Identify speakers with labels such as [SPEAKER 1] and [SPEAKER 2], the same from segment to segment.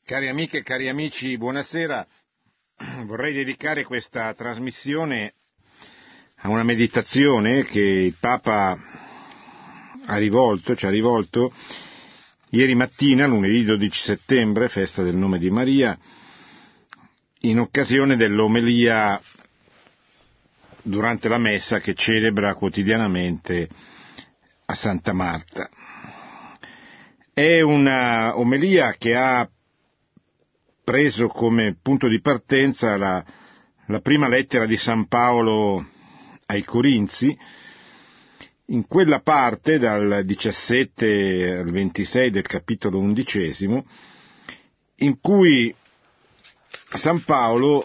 [SPEAKER 1] Cari amiche e cari amici, buonasera. Vorrei dedicare questa trasmissione a una meditazione che il Papa ci ha rivolto ieri mattina, lunedì 12 settembre, festa del nome di Maria, in occasione dell'omelia durante la messa che celebra quotidianamente a Santa Marta. È una omelia che ha preso come punto di partenza la prima lettera di San Paolo ai Corinzi, in quella parte dal 17 al 26 del capitolo 11, in cui San Paolo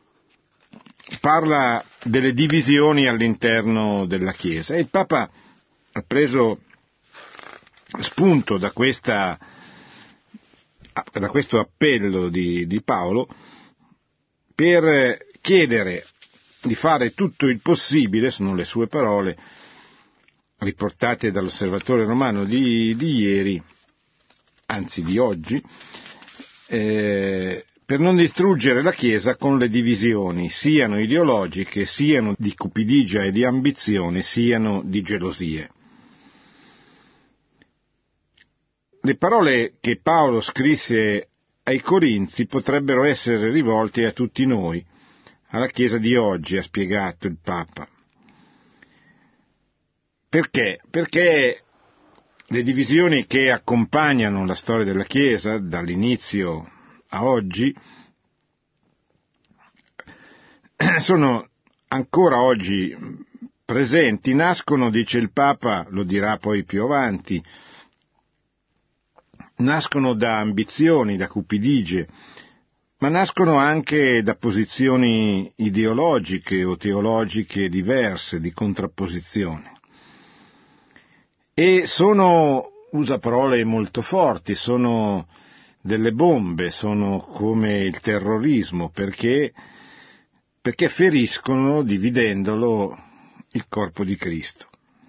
[SPEAKER 1] parla delle divisioni all'interno della Chiesa, e il Papa ha preso spunto da questo appello di Paolo per chiedere di fare tutto il possibile, sono le sue parole riportate dall'Osservatore Romano di ieri, anzi di oggi, per non distruggere la Chiesa con le divisioni, siano ideologiche, siano di cupidigia e di ambizione, siano di gelosie. Le parole che Paolo scrisse ai Corinzi potrebbero essere rivolte a tutti noi, alla Chiesa di oggi, ha spiegato il Papa. Perché? Perché le divisioni che accompagnano la storia della Chiesa, dall'inizio a oggi, sono ancora oggi presenti, nascono, dice il Papa, lo dirà poi più avanti, nascono da ambizioni, da cupidigie, ma nascono anche da posizioni ideologiche o teologiche diverse, di contrapposizione. E usa parole molto forti, sono delle bombe, sono come il terrorismo, perché feriscono, dividendolo, il corpo di Cristo.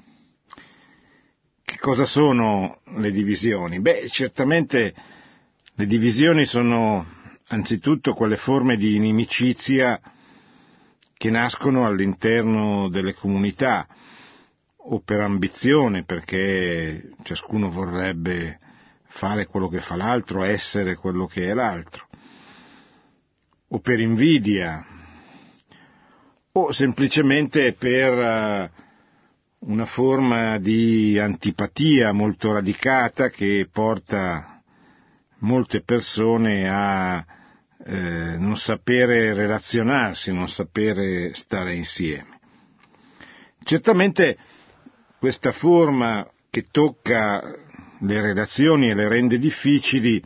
[SPEAKER 1] Che cosa sono le divisioni? Certamente le divisioni sono anzitutto quelle forme di inimicizia che nascono all'interno delle comunità, o per ambizione, perché ciascuno vorrebbe fare quello che fa l'altro, essere quello che è l'altro, o per invidia, o semplicemente per una forma di antipatia molto radicata che porta molte persone a non sapere relazionarsi, non sapere stare insieme. Certamente questa forma che tocca le relazioni e le rende difficili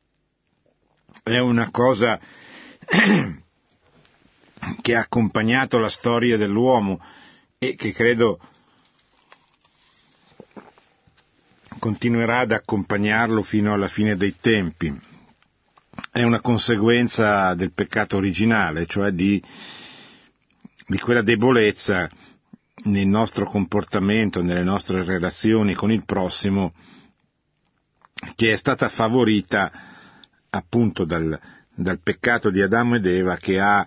[SPEAKER 1] è una cosa che ha accompagnato la storia dell'uomo e che credo continuerà ad accompagnarlo fino alla fine dei tempi. È una conseguenza del peccato originale, cioè di quella debolezza nel nostro comportamento, nelle nostre relazioni con il prossimo, che è stata favorita appunto dal peccato di Adamo ed Eva, che ha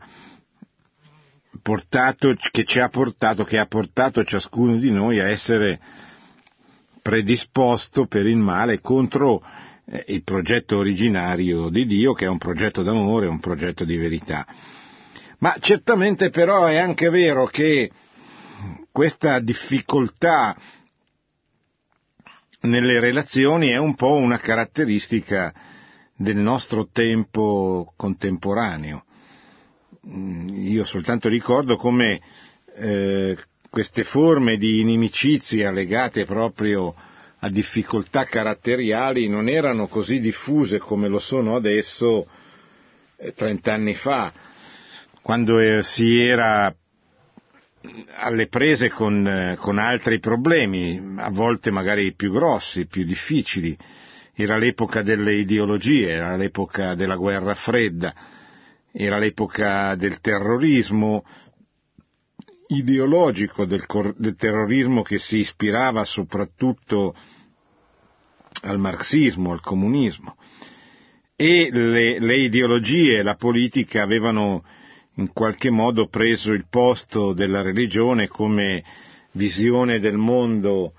[SPEAKER 1] portato ciascuno di noi a essere predisposto per il male contro il progetto originario di Dio, che è un progetto d'amore, un progetto di verità. Ma certamente però è anche vero che questa difficoltà nelle relazioni è un po' una caratteristica del nostro tempo contemporaneo. Io soltanto ricordo come queste forme di inimicizia legate proprio a difficoltà caratteriali non erano così diffuse come lo sono adesso 30 anni fa, quando si era alle prese con altri problemi, a volte magari più grossi, più difficili. Era l'epoca delle ideologie, era l'epoca della guerra fredda, era l'epoca del terrorismo ideologico, del terrorismo che si ispirava soprattutto al marxismo, al comunismo. e le ideologie e la politica avevano in qualche modo preso il posto della religione come visione del mondo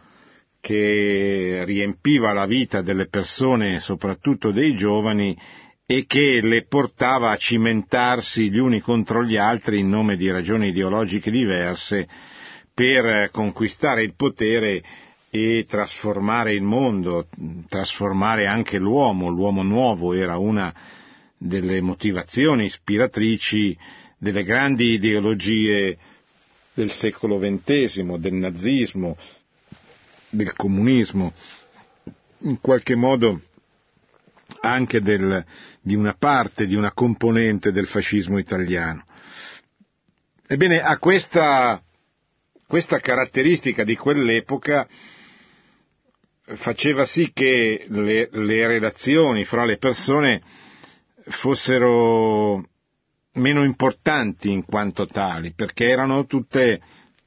[SPEAKER 1] che riempiva la vita delle persone, soprattutto dei giovani, e che le portava a cimentarsi gli uni contro gli altri in nome di ragioni ideologiche diverse per conquistare il potere e trasformare il mondo, trasformare anche l'uomo. L'uomo nuovo era una delle motivazioni ispiratrici delle grandi ideologie del secolo XX, del nazismo, del comunismo, in qualche modo anche di una parte, di una componente del fascismo italiano. Ebbene, a questa caratteristica di quell'epoca faceva sì che le relazioni fra le persone fossero meno importanti in quanto tali, perché erano tutte,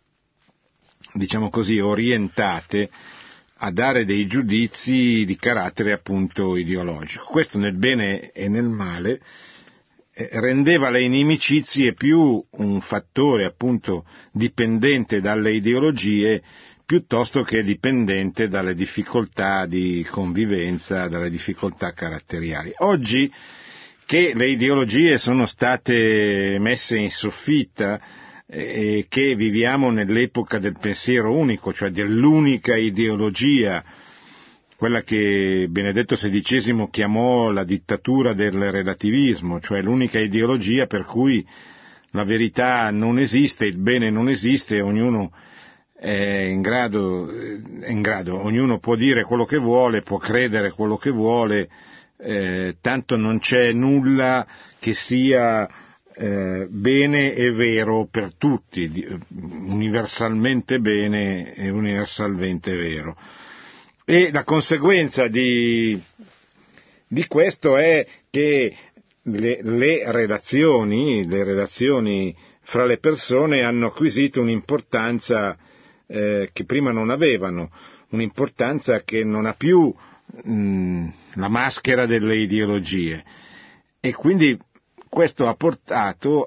[SPEAKER 1] diciamo così, orientate a dare dei giudizi di carattere appunto ideologico. Questo nel bene e nel male rendeva le inimicizie più un fattore appunto dipendente dalle ideologie piuttosto che dipendente dalle difficoltà di convivenza, dalle difficoltà caratteriali. Oggi che le ideologie sono state messe in soffitta e che viviamo nell'epoca del pensiero unico, cioè dell'unica ideologia, quella che Benedetto XVI chiamò la dittatura del relativismo, cioè l'unica ideologia per cui la verità non esiste, il bene non esiste, ognuno è in grado, ognuno può dire quello che vuole, può credere quello che vuole, tanto non c'è nulla che sia bene e vero per tutti, universalmente bene e universalmente vero. E la conseguenza di questo è che le relazioni fra le persone hanno acquisito un'importanza che prima non avevano, un'importanza che non ha più la maschera delle ideologie, e quindi questo ha portato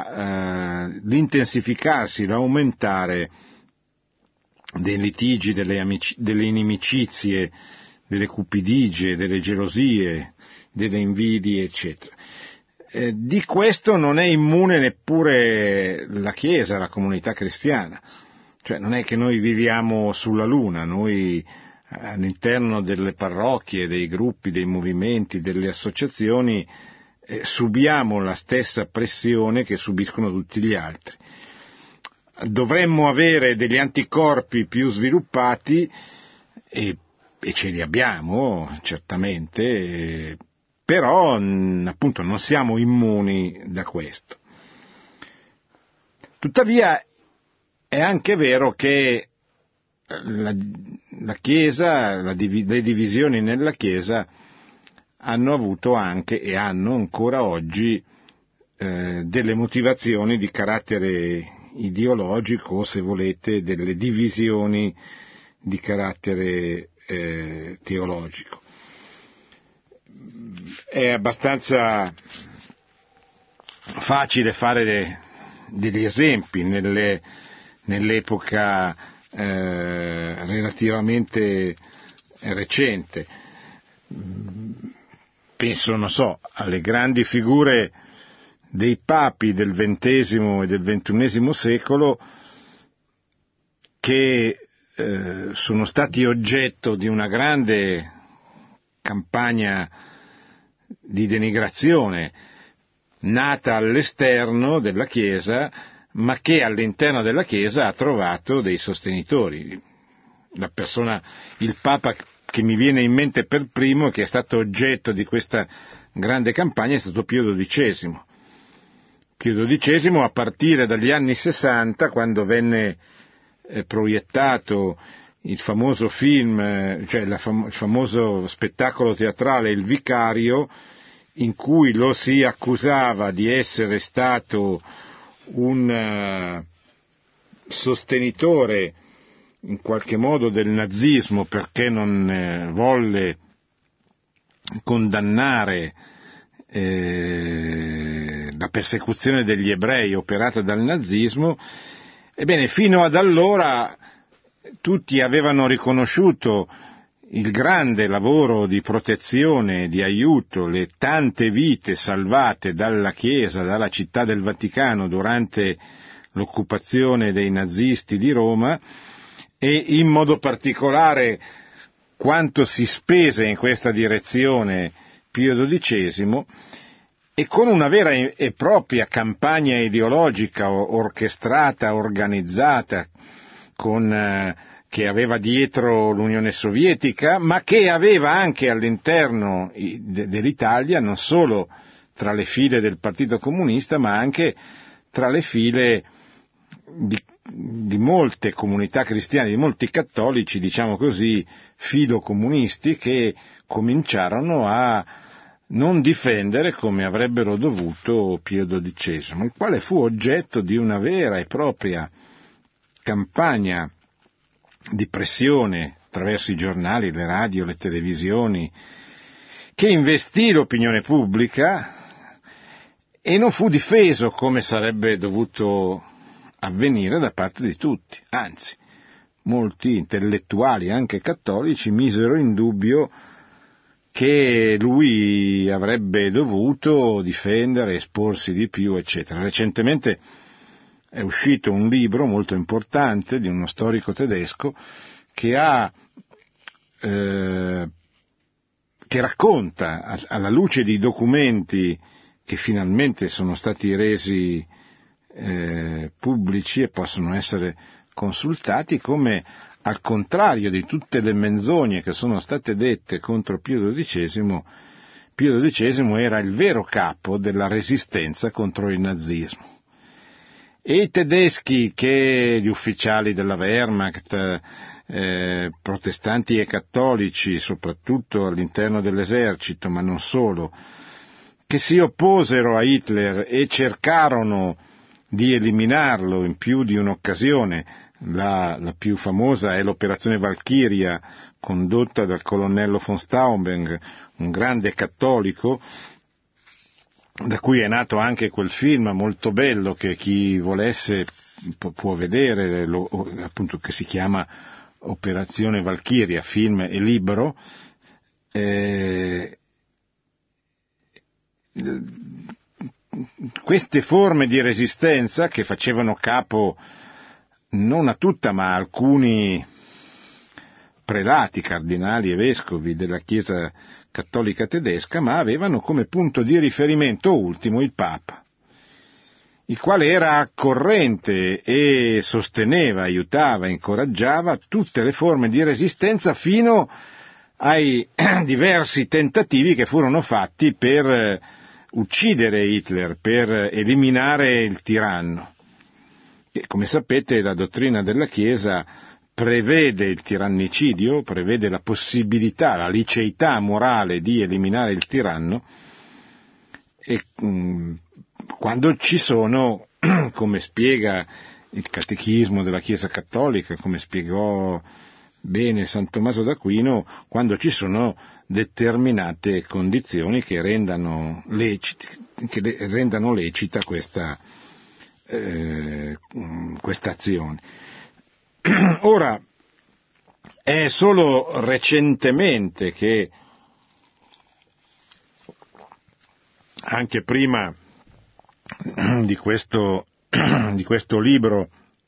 [SPEAKER 1] all'intensificarsi, all'aumentare dei litigi, delle inimicizie, delle cupidigie, delle gelosie, delle invidie, eccetera. Di questo non è immune neppure la Chiesa, la comunità cristiana. Cioè non è che noi viviamo sulla Luna, noi all'interno delle parrocchie, dei gruppi, dei movimenti, delle associazioni subiamo la stessa pressione che subiscono tutti gli altri. Dovremmo avere degli anticorpi più sviluppati e ce li abbiamo, certamente, però appunto non siamo immuni da questo. Tuttavia è anche vero che la Chiesa, le divisioni nella Chiesa hanno avuto anche e hanno ancora oggi delle motivazioni di carattere ideologico, o se volete delle divisioni di carattere teologico. È abbastanza facile fare degli esempi nell'epoca relativamente recente. Penso, non so, alle grandi figure dei papi del XX e del XXI secolo che sono stati oggetto di una grande campagna di denigrazione nata all'esterno della Chiesa, ma che all'interno della Chiesa ha trovato dei sostenitori. Il Papa che mi viene in mente per primo e che è stato oggetto di questa grande campagna è stato Pio XII. Pio XII, a partire dagli anni 60, quando venne proiettato il famoso film, cioè il famoso spettacolo teatrale Il Vicario, in cui lo si accusava di essere stato un sostenitore in qualche modo del nazismo perché non volle condannare la persecuzione degli ebrei operata dal nazismo, ebbene fino ad allora tutti avevano riconosciuto il grande lavoro di protezione, di aiuto, le tante vite salvate dalla Chiesa, dalla città del Vaticano durante l'occupazione dei nazisti di Roma, e in modo particolare quanto si spese in questa direzione Pio XII, e con una vera e propria campagna ideologica orchestrata, organizzata, che aveva dietro l'Unione Sovietica, ma che aveva anche all'interno dell'Italia, non solo tra le file del Partito Comunista, ma anche tra le file di molte comunità cristiane, di molti cattolici, diciamo così, filocomunisti, che cominciarono a non difendere come avrebbero dovuto Pio XII, il quale fu oggetto di una vera e propria campagna di pressione attraverso i giornali, le radio, le televisioni, che investì l'opinione pubblica e non fu difeso come sarebbe dovuto avvenire da parte di tutti. Anzi, molti intellettuali, anche cattolici, misero in dubbio che lui avrebbe dovuto difendere, esporsi di più, eccetera. Recentemente è uscito un libro molto importante di uno storico tedesco che racconta, alla luce di documenti che finalmente sono stati resi pubblici e possono essere consultati, come al contrario di tutte le menzogne che sono state dette contro Pio XII, Pio XII era il vero capo della resistenza contro il nazismo. E i tedeschi, gli ufficiali della Wehrmacht, protestanti e cattolici, soprattutto all'interno dell'esercito, ma non solo, che si opposero a Hitler e cercarono di eliminarlo in più di un'occasione. La più famosa è l'operazione Valchiria, condotta dal colonnello von Stauffenberg, un grande cattolico, da cui è nato anche quel film molto bello che chi volesse può vedere, appunto, che si chiama Operazione Valchiria, film e libro. Queste forme di resistenza, che facevano capo non a tutta, ma a alcuni prelati, cardinali e vescovi della Chiesa cattolica tedesca, ma avevano come punto di riferimento ultimo il Papa, il quale era accorrente e sosteneva, aiutava, incoraggiava tutte le forme di resistenza fino ai diversi tentativi che furono fatti per uccidere Hitler, per eliminare il tiranno. E, come sapete, la dottrina della Chiesa prevede il tirannicidio, prevede la possibilità, la liceità morale di eliminare il tiranno, e quando ci sono, come spiega il catechismo della Chiesa cattolica, come spiegò bene San Tommaso d'Aquino, quando ci sono determinate condizioni che rendano lecita questa azione. Ora, è solo recentemente che, anche prima di questo libro,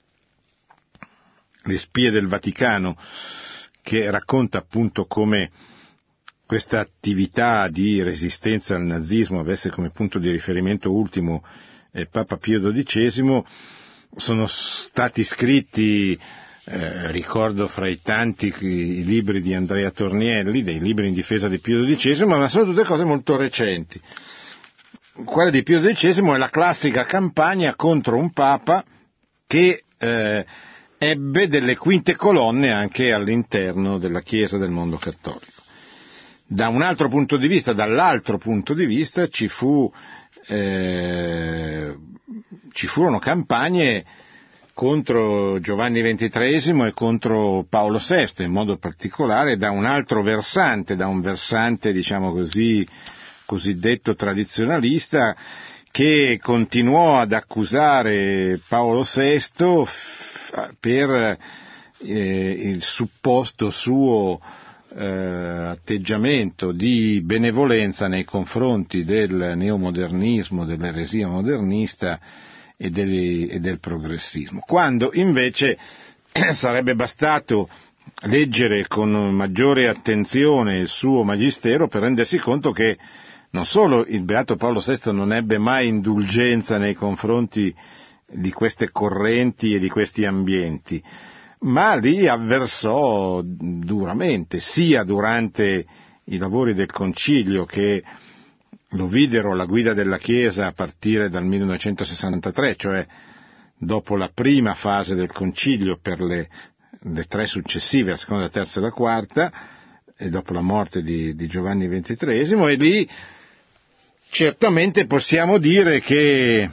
[SPEAKER 1] Le spie del Vaticano, che racconta appunto come questa attività di resistenza al nazismo avesse come punto di riferimento ultimo Papa Pio XII, sono stati scritti, ricordo fra i tanti i libri di Andrea Tornielli, dei libri in difesa di Pio XII, ma sono tutte cose molto recenti. Quella di Pio XII è la classica campagna contro un Papa che ebbe delle quinte colonne anche all'interno della Chiesa del mondo cattolico. Da un altro punto di vista, dall'altro punto di vista, ci furono campagne contro Giovanni XXIII e contro Paolo VI, in modo particolare da un altro versante, da un versante, diciamo così, cosiddetto tradizionalista, che continuò ad accusare Paolo VI per il supposto suo atteggiamento di benevolenza nei confronti del neomodernismo, dell'eresia modernista e del progressismo, quando invece sarebbe bastato leggere con maggiore attenzione il suo magistero per rendersi conto che non solo il beato Paolo VI non ebbe mai indulgenza nei confronti di queste correnti e di questi ambienti, ma li avversò duramente, sia durante i lavori del Concilio, che lo videro alla guida della Chiesa a partire dal 1963, cioè dopo la prima fase del Concilio per le tre successive, la seconda, la terza e la quarta, e dopo la morte di Giovanni XXIII, e lì certamente possiamo dire che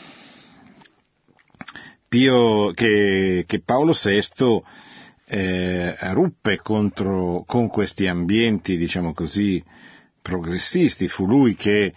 [SPEAKER 1] Paolo VI ruppe con questi ambienti, diciamo così, progressisti. Fu lui che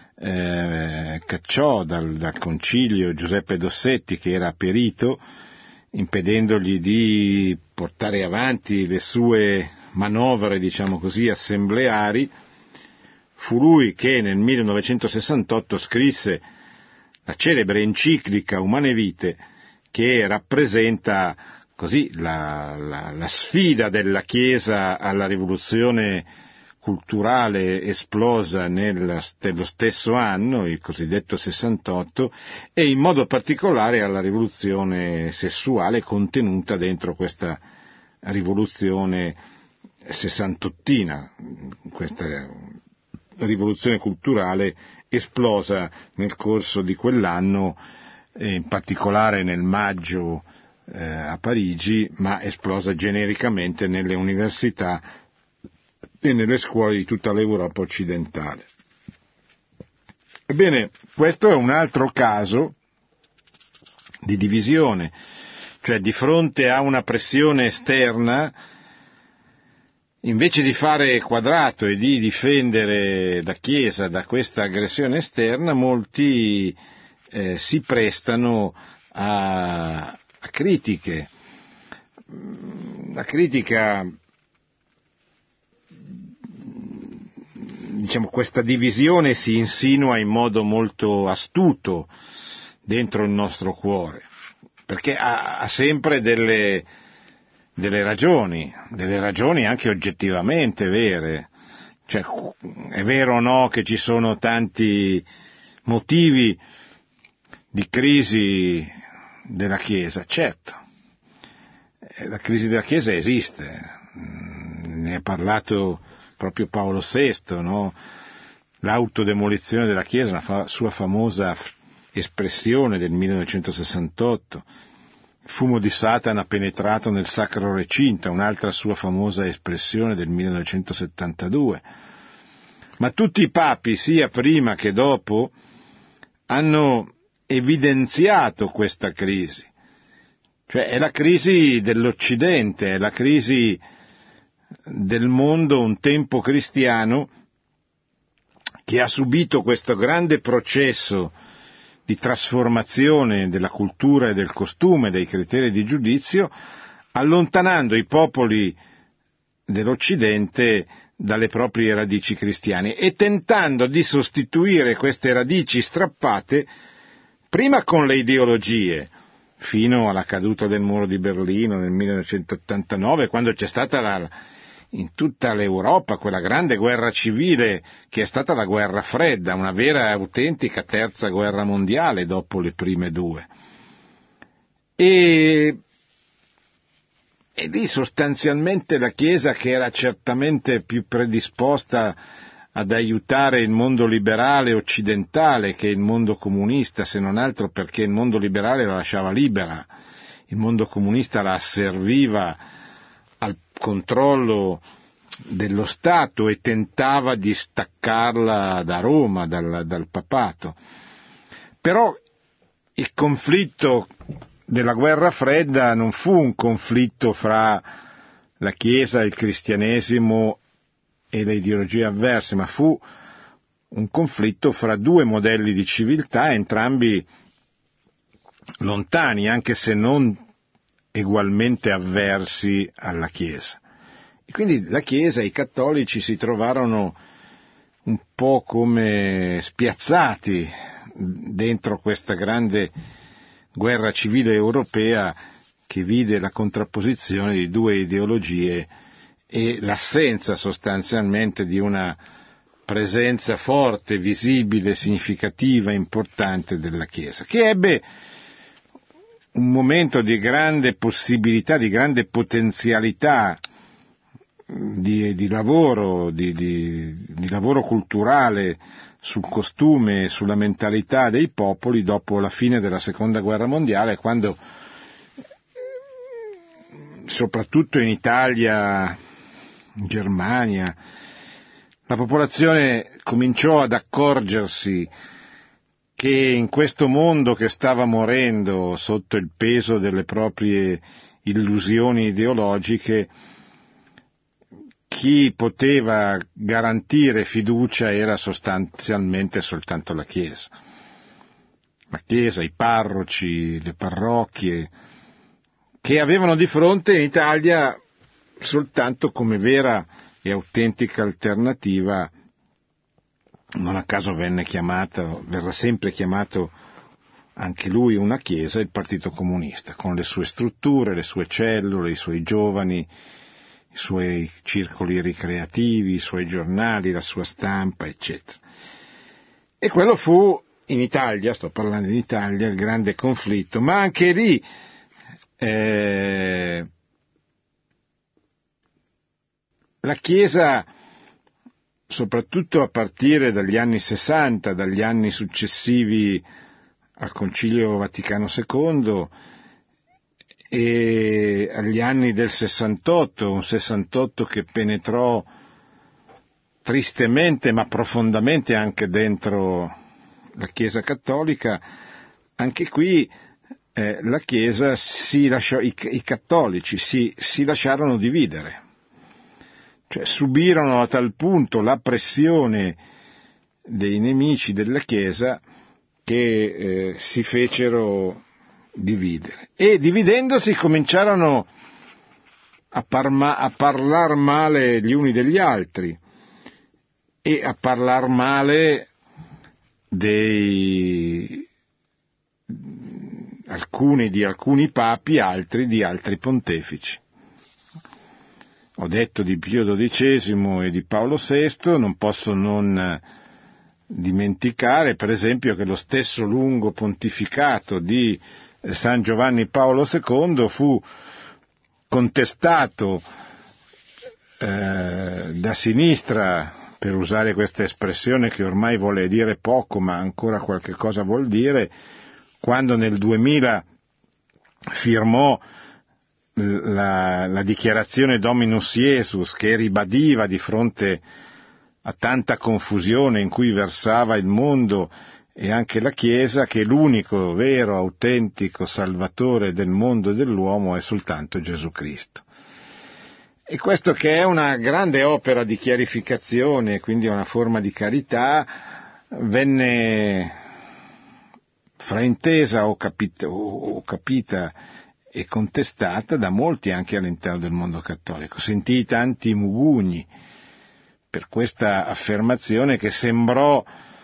[SPEAKER 1] cacciò dal concilio Giuseppe Dossetti, che era perito, impedendogli di portare avanti le sue manovre, diciamo così, assembleari. Fu lui che nel 1968 scrisse la celebre enciclica Humane Vitae, che rappresenta così la sfida della Chiesa alla rivoluzione culturale esplosa nello stesso anno, il cosiddetto 68, e in modo particolare alla rivoluzione sessuale contenuta dentro questa rivoluzione sessantottina, questa rivoluzione culturale esplosa nel corso di quell'anno, in particolare nel maggio a Parigi, ma esplosa genericamente nelle università e nelle scuole di tutta l'Europa occidentale. Ebbene, questo è un altro caso di divisione, cioè di fronte a una pressione esterna, invece di fare quadrato e di difendere la Chiesa da questa aggressione esterna, molti si prestano a critiche. La critica, diciamo, questa divisione si insinua in modo molto astuto dentro il nostro cuore, perché ha sempre delle ragioni anche oggettivamente vere. Cioè, è vero o no che ci sono tanti motivi di crisi della Chiesa? Certo, la crisi della Chiesa esiste, ne ha parlato proprio Paolo VI, no? L'autodemolizione della Chiesa, una sua famosa espressione del 1968, il fumo di Satana penetrato nel sacro recinto, un'altra sua famosa espressione del 1972. Ma tutti i papi, sia prima che dopo, hanno evidenziato questa crisi. Cioè è la crisi dell'Occidente, è la crisi del mondo un tempo cristiano che ha subito questo grande processo di trasformazione della cultura e del costume, dei criteri di giudizio, allontanando i popoli dell'Occidente dalle proprie radici cristiane e tentando di sostituire queste radici strappate prima con le ideologie, fino alla caduta del muro di Berlino nel 1989, quando c'è stata in tutta l'Europa quella grande guerra civile che è stata la guerra fredda, una vera e autentica terza guerra mondiale dopo le prime due. E lì sostanzialmente la Chiesa, che era certamente più predisposta ad aiutare il mondo liberale occidentale che il mondo comunista, se non altro perché il mondo liberale la lasciava libera, il mondo comunista la asserviva al controllo dello Stato e tentava di staccarla da Roma, dal papato. Però il conflitto della guerra fredda non fu un conflitto fra la Chiesa, il cristianesimo e le ideologie avverse, ma fu un conflitto fra due modelli di civiltà, entrambi lontani, anche se non egualmente avversi alla Chiesa. E quindi la Chiesa e i cattolici si trovarono un po' come spiazzati dentro questa grande guerra civile europea che vide la contrapposizione di due ideologie e l'assenza sostanzialmente di una presenza forte, visibile, significativa, importante della Chiesa, che ebbe un momento di grande possibilità, di grande potenzialità di lavoro, di lavoro culturale sul costume, sulla mentalità dei popoli dopo la fine della Seconda Guerra Mondiale, quando soprattutto in Italia, in Germania, la popolazione cominciò ad accorgersi che in questo mondo che stava morendo sotto il peso delle proprie illusioni ideologiche, chi poteva garantire fiducia era sostanzialmente soltanto la Chiesa. La Chiesa, i parroci, le parrocchie, che avevano di fronte in Italia soltanto come vera e autentica alternativa, non a caso verrà sempre chiamato anche lui una Chiesa, il Partito Comunista, con le sue strutture, le sue cellule, i suoi giovani, i suoi circoli ricreativi, i suoi giornali, la sua stampa, eccetera. E quello fu in Italia, sto parlando in Italia, il grande conflitto, ma anche lì la Chiesa, soprattutto a partire dagli anni 60, dagli anni successivi al Concilio Vaticano II e agli anni del 68, un 68 che penetrò tristemente ma profondamente anche dentro la Chiesa cattolica, anche qui la Chiesa i cattolici si lasciarono dividere. Cioè subirono a tal punto la pressione dei nemici della Chiesa che si fecero dividere. E dividendosi cominciarono a parlar male gli uni degli altri e a parlar male di alcuni papi, altri di altri pontefici. Ho detto di Pio XII e di Paolo VI, non posso non dimenticare per esempio che lo stesso lungo pontificato di San Giovanni Paolo II fu contestato da sinistra, per usare questa espressione che ormai vuole dire poco ma ancora qualche cosa vuol dire, quando nel 2000 firmò la dichiarazione Dominus Iesus, che ribadiva di fronte a tanta confusione in cui versava il mondo e anche la Chiesa che l'unico vero, autentico Salvatore del mondo e dell'uomo è soltanto Gesù Cristo. E questo, che è una grande opera di chiarificazione, quindi una forma di carità, venne fraintesa o capita e contestata da molti anche all'interno del mondo cattolico. Sentii tanti mugugni per questa affermazione che sembrò,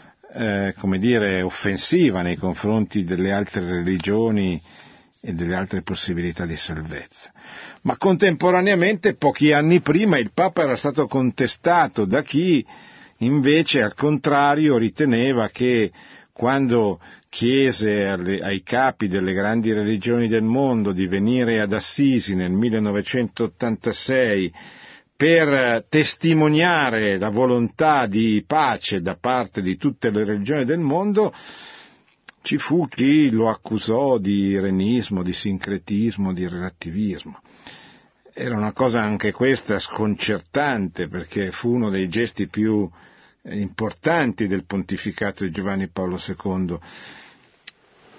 [SPEAKER 1] offensiva nei confronti delle altre religioni e delle altre possibilità di salvezza. Ma contemporaneamente, pochi anni prima, il Papa era stato contestato da chi invece, al contrario, riteneva che quando chiese ai capi delle grandi religioni del mondo di venire ad Assisi nel 1986 per testimoniare la volontà di pace da parte di tutte le religioni del mondo, ci fu chi lo accusò di irenismo, di sincretismo, di relativismo. Era una cosa anche questa sconcertante, perché fu uno dei gesti più importanti del pontificato di Giovanni Paolo II.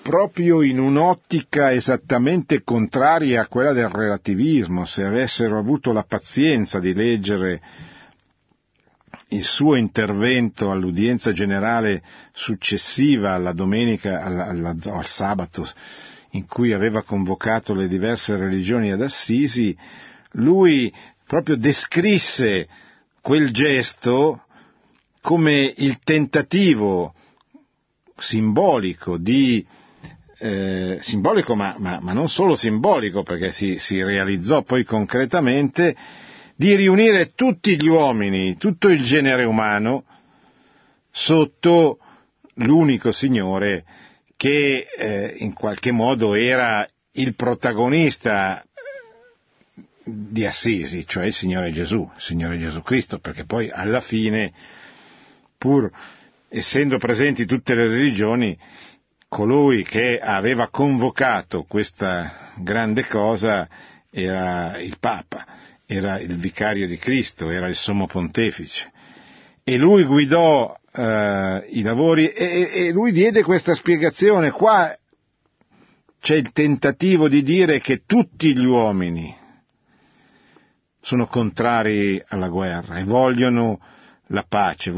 [SPEAKER 1] proprio in un'ottica esattamente contraria a quella del relativismo. Se avessero avuto la pazienza di leggere il suo intervento all'udienza generale successiva alla domenica, al sabato, in cui aveva convocato le diverse religioni ad Assisi, lui proprio descrisse quel gesto come il tentativo simbolico simbolico ma non solo simbolico, perché si realizzò poi concretamente, di riunire tutti gli uomini, tutto il genere umano sotto l'unico Signore che in qualche modo era il protagonista di Assisi, cioè il Signore Gesù Cristo, perché poi alla fine, pur essendo presenti tutte le religioni, colui che aveva convocato questa grande cosa era il Papa, era il vicario di Cristo, era il sommo pontefice, e lui guidò i lavori e lui diede questa spiegazione. Qua c'è il tentativo di dire che tutti gli uomini sono contrari alla guerra e vogliono la pace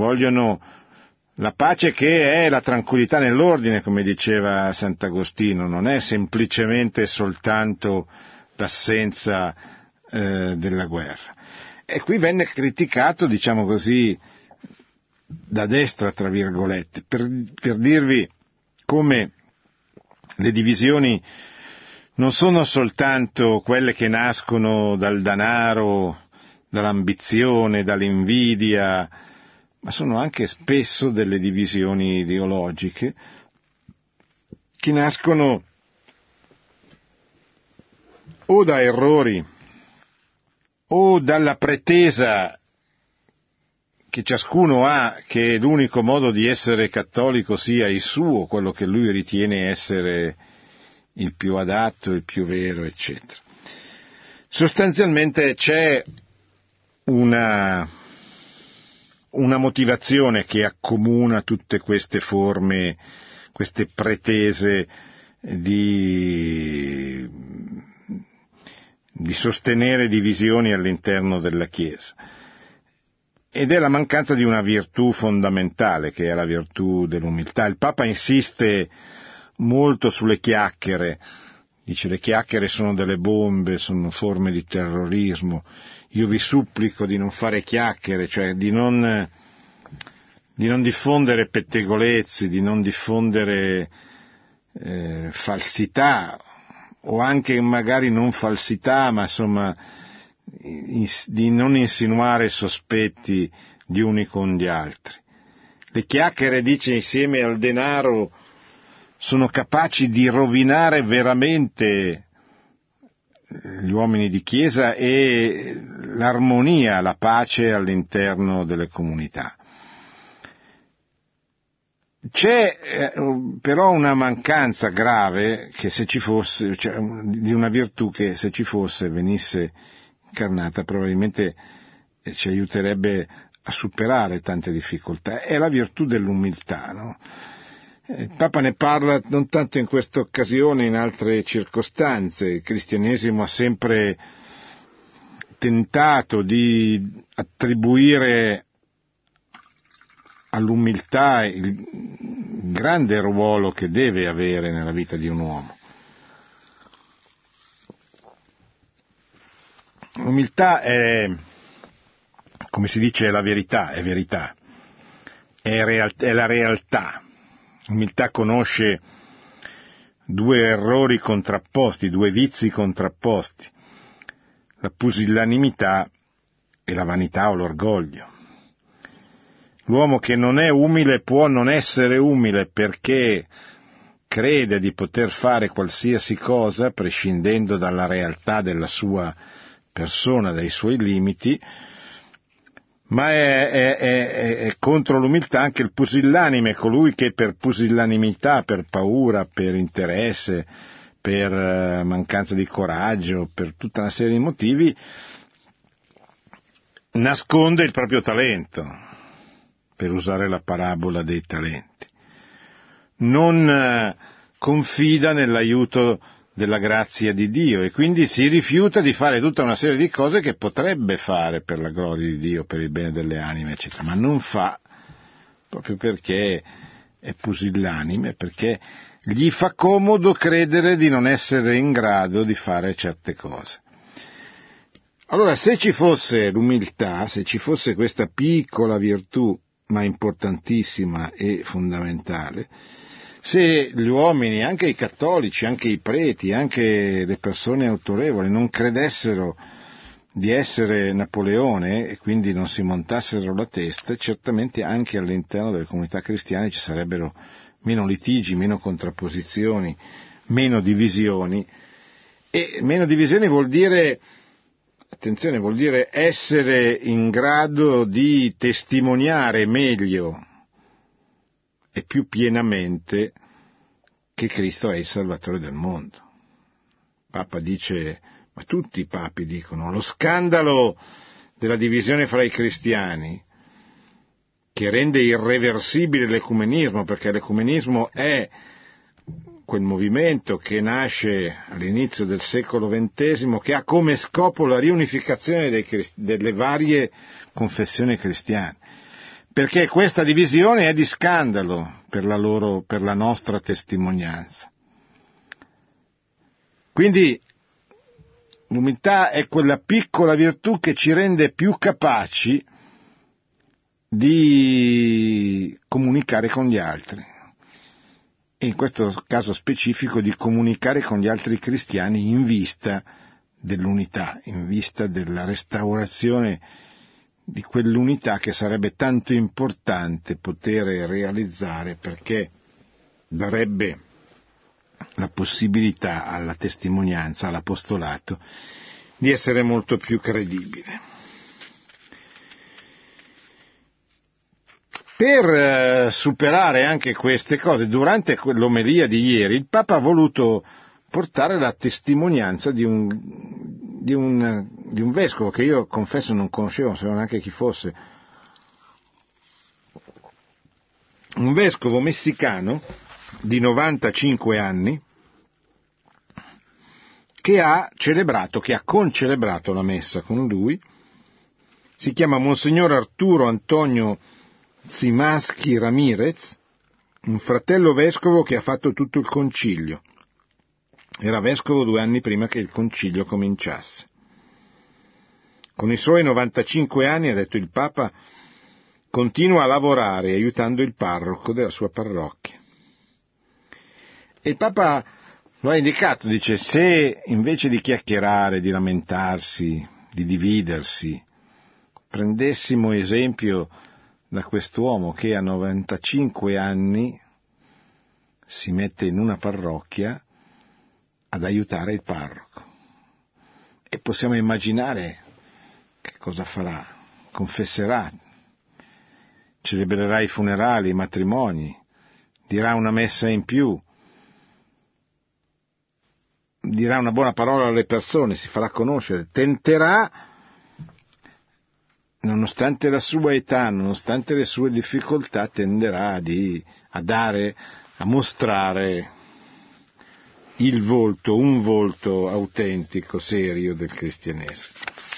[SPEAKER 1] che è la tranquillità nell'ordine, come diceva Sant'Agostino, non è semplicemente soltanto l'assenza della guerra. E qui venne criticato, diciamo così, da destra, tra virgolette, per dirvi come le divisioni non sono soltanto quelle che nascono dal denaro, dall'ambizione, dall'invidia, ma sono anche spesso delle divisioni ideologiche che nascono o da errori o dalla pretesa che ciascuno ha che l'unico modo di essere cattolico sia il suo, quello che lui ritiene essere il più adatto, il più vero, eccetera. Sostanzialmente c'è una motivazione che accomuna tutte queste forme, queste pretese di sostenere divisioni all'interno della Chiesa. Ed è la mancanza di una virtù fondamentale, che è la virtù dell'umiltà. Il Papa insiste molto sulle chiacchiere, dice le chiacchiere sono delle bombe, sono forme di terrorismo. Io vi supplico di non fare chiacchiere, cioè di non diffondere pettegolezzi, di non diffondere falsità, o anche magari non falsità, ma insomma di non insinuare sospetti gli uni con gli altri. Le chiacchiere, dice, insieme al denaro sono capaci di rovinare veramente gli uomini di Chiesa e l'armonia, la pace all'interno delle comunità. C'è però una mancanza grave che se ci fosse, cioè, di una virtù che se ci fosse, venisse incarnata, probabilmente ci aiuterebbe a superare tante difficoltà. È la virtù dell'umiltà, no? Il Papa ne parla non tanto in questa occasione, in altre circostanze. Il cristianesimo ha sempre tentato di attribuire all'umiltà il grande ruolo che deve avere nella vita di un uomo. L'umiltà è, come si dice, è la verità, è verità, è la realtà. L'umiltà conosce due errori contrapposti, due vizi contrapposti, la pusillanimità e la vanità o l'orgoglio. L'uomo che non è umile può non essere umile perché crede di poter fare qualsiasi cosa prescindendo dalla realtà della sua persona, dai suoi limiti, ma è contro l'umiltà anche il pusillanime, colui che per pusillanimità, per paura, per interesse, per mancanza di coraggio, per tutta una serie di motivi, nasconde il proprio talento, per usare la parabola dei talenti. Non confida nell'aiuto della grazia di Dio e quindi si rifiuta di fare tutta una serie di cose che potrebbe fare per la gloria di Dio, per il bene delle anime, eccetera, ma non fa proprio perché è pusillanime, perché gli fa comodo credere di non essere in grado di fare certe cose. Allora, se ci fosse l'umiltà, se ci fosse questa piccola virtù, ma importantissima e fondamentale, se gli uomini, anche i cattolici, anche i preti, anche le persone autorevoli non credessero di essere Napoleone e quindi non si montassero la testa, certamente anche all'interno delle comunità cristiane ci sarebbero meno litigi, meno contrapposizioni, meno divisioni. E meno divisioni vuol dire, attenzione, vuol dire essere in grado di testimoniare meglio e più pienamente che Cristo è il Salvatore del mondo. Il Papa dice, ma tutti i papi dicono, lo scandalo della divisione fra i cristiani, che rende irreversibile l'ecumenismo, perché l'ecumenismo è quel movimento che nasce all'inizio del secolo XX, che ha come scopo la riunificazione delle varie confessioni cristiane. Perché questa divisione è di scandalo per la nostra testimonianza. Quindi l'umiltà è quella piccola virtù che ci rende più capaci di comunicare con gli altri. E in questo caso specifico di comunicare con gli altri cristiani in vista dell'unità, in vista della restaurazione di quell'unità che sarebbe tanto importante poter realizzare, perché darebbe la possibilità alla testimonianza, all'apostolato, di essere molto più credibile. Per superare anche queste cose, durante l'omelia di ieri, il Papa ha voluto portare la testimonianza di un vescovo che io confesso non conoscevo, non sapevo neanche chi fosse, un vescovo messicano di 95 anni che ha concelebrato la messa con lui. Si chiama Monsignor Arturo Antonio Zimaschi Ramirez, un fratello vescovo che ha fatto tutto il concilio. Era vescovo 2 anni prima che il concilio cominciasse. Con i suoi 95 anni, ha detto il Papa, continua a lavorare aiutando il parroco della sua parrocchia. E il Papa lo ha indicato, dice, se invece di chiacchierare, di lamentarsi, di dividersi, prendessimo esempio da quest'uomo che a 95 anni si mette in una parrocchia ad aiutare il parroco. E possiamo immaginare che cosa farà. Confesserà, celebrerà i funerali, i matrimoni, dirà una messa in più, dirà una buona parola alle persone, si farà conoscere, tenterà, nonostante la sua età, nonostante le sue difficoltà, tenderà a mostrare il volto, un volto autentico, serio del cristianesimo.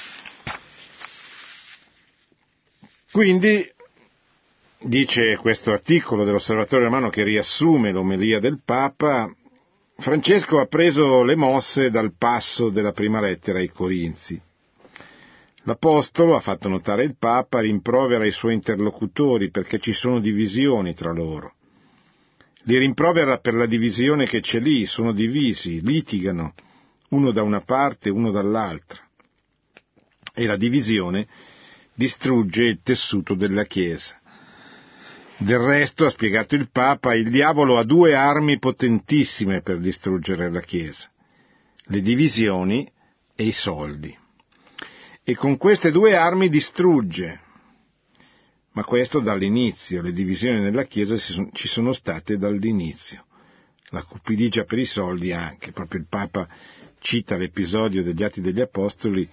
[SPEAKER 1] Quindi, dice questo articolo dell'Osservatore Romano che riassume l'omelia del Papa, Francesco ha preso le mosse dal passo della prima lettera ai Corinzi. L'Apostolo, ha fatto notare il Papa, rimprovera i suoi interlocutori perché ci sono divisioni tra loro. Li rimprovera per la divisione che c'è lì, sono divisi, litigano, uno da una parte, uno dall'altra. E la divisione distrugge il tessuto della Chiesa. Del resto, ha spiegato il Papa, il diavolo ha 2 armi potentissime per distruggere la Chiesa: le divisioni e i soldi. E con queste 2 armi distrugge. Ma questo dall'inizio, le divisioni nella Chiesa ci sono state dall'inizio. La cupidigia per i soldi anche, proprio il Papa cita l'episodio degli Atti degli Apostoli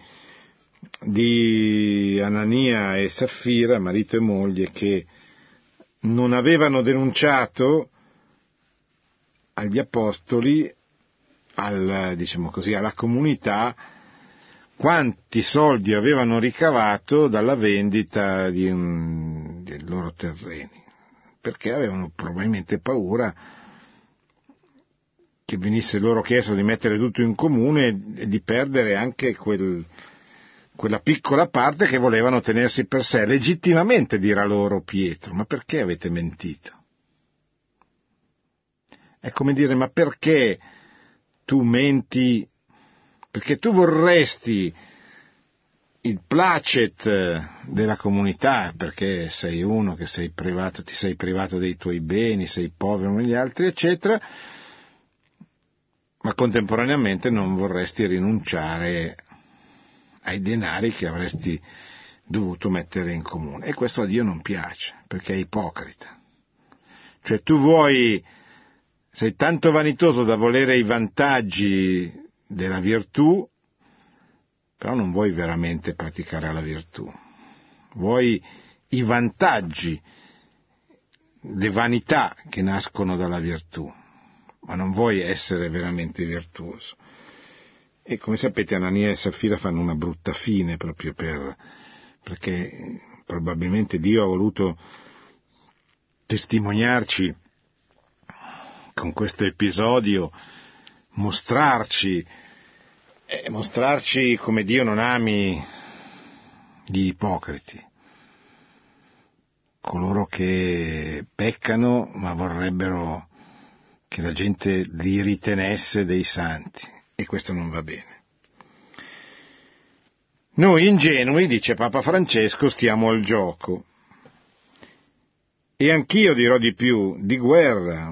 [SPEAKER 1] di Anania e Saffira, marito e moglie, che non avevano denunciato agli apostoli, diciamo così, alla comunità, quanti soldi avevano ricavato dalla vendita dei loro terreni, perché avevano probabilmente paura che venisse loro chiesto di mettere tutto in comune e di perdere anche quella piccola parte che volevano tenersi per sé. Legittimamente dirà loro Pietro: ma perché avete mentito? È come dire: ma perché tu menti? Perché tu vorresti il placet della comunità, perché sei uno che sei privato, ti sei privato dei tuoi beni, sei povero come gli altri, eccetera, ma contemporaneamente non vorresti rinunciare ai denari che avresti dovuto mettere in comune. E questo a Dio non piace, perché è ipocrita. Cioè tu sei tanto vanitoso da volere i vantaggi della virtù, però non vuoi veramente praticare la virtù. Vuoi i vantaggi, le vanità che nascono dalla virtù, ma non vuoi essere veramente virtuoso. E come sapete Anania e Saffira fanno una brutta fine proprio perché probabilmente Dio ha voluto testimoniarci con questo episodio, mostrarci come Dio non ami gli ipocriti, coloro che peccano ma vorrebbero che la gente li ritenesse dei santi, e questo non va bene. Noi ingenui, dice Papa Francesco, stiamo al gioco. E anch'io dirò di più, di guerra.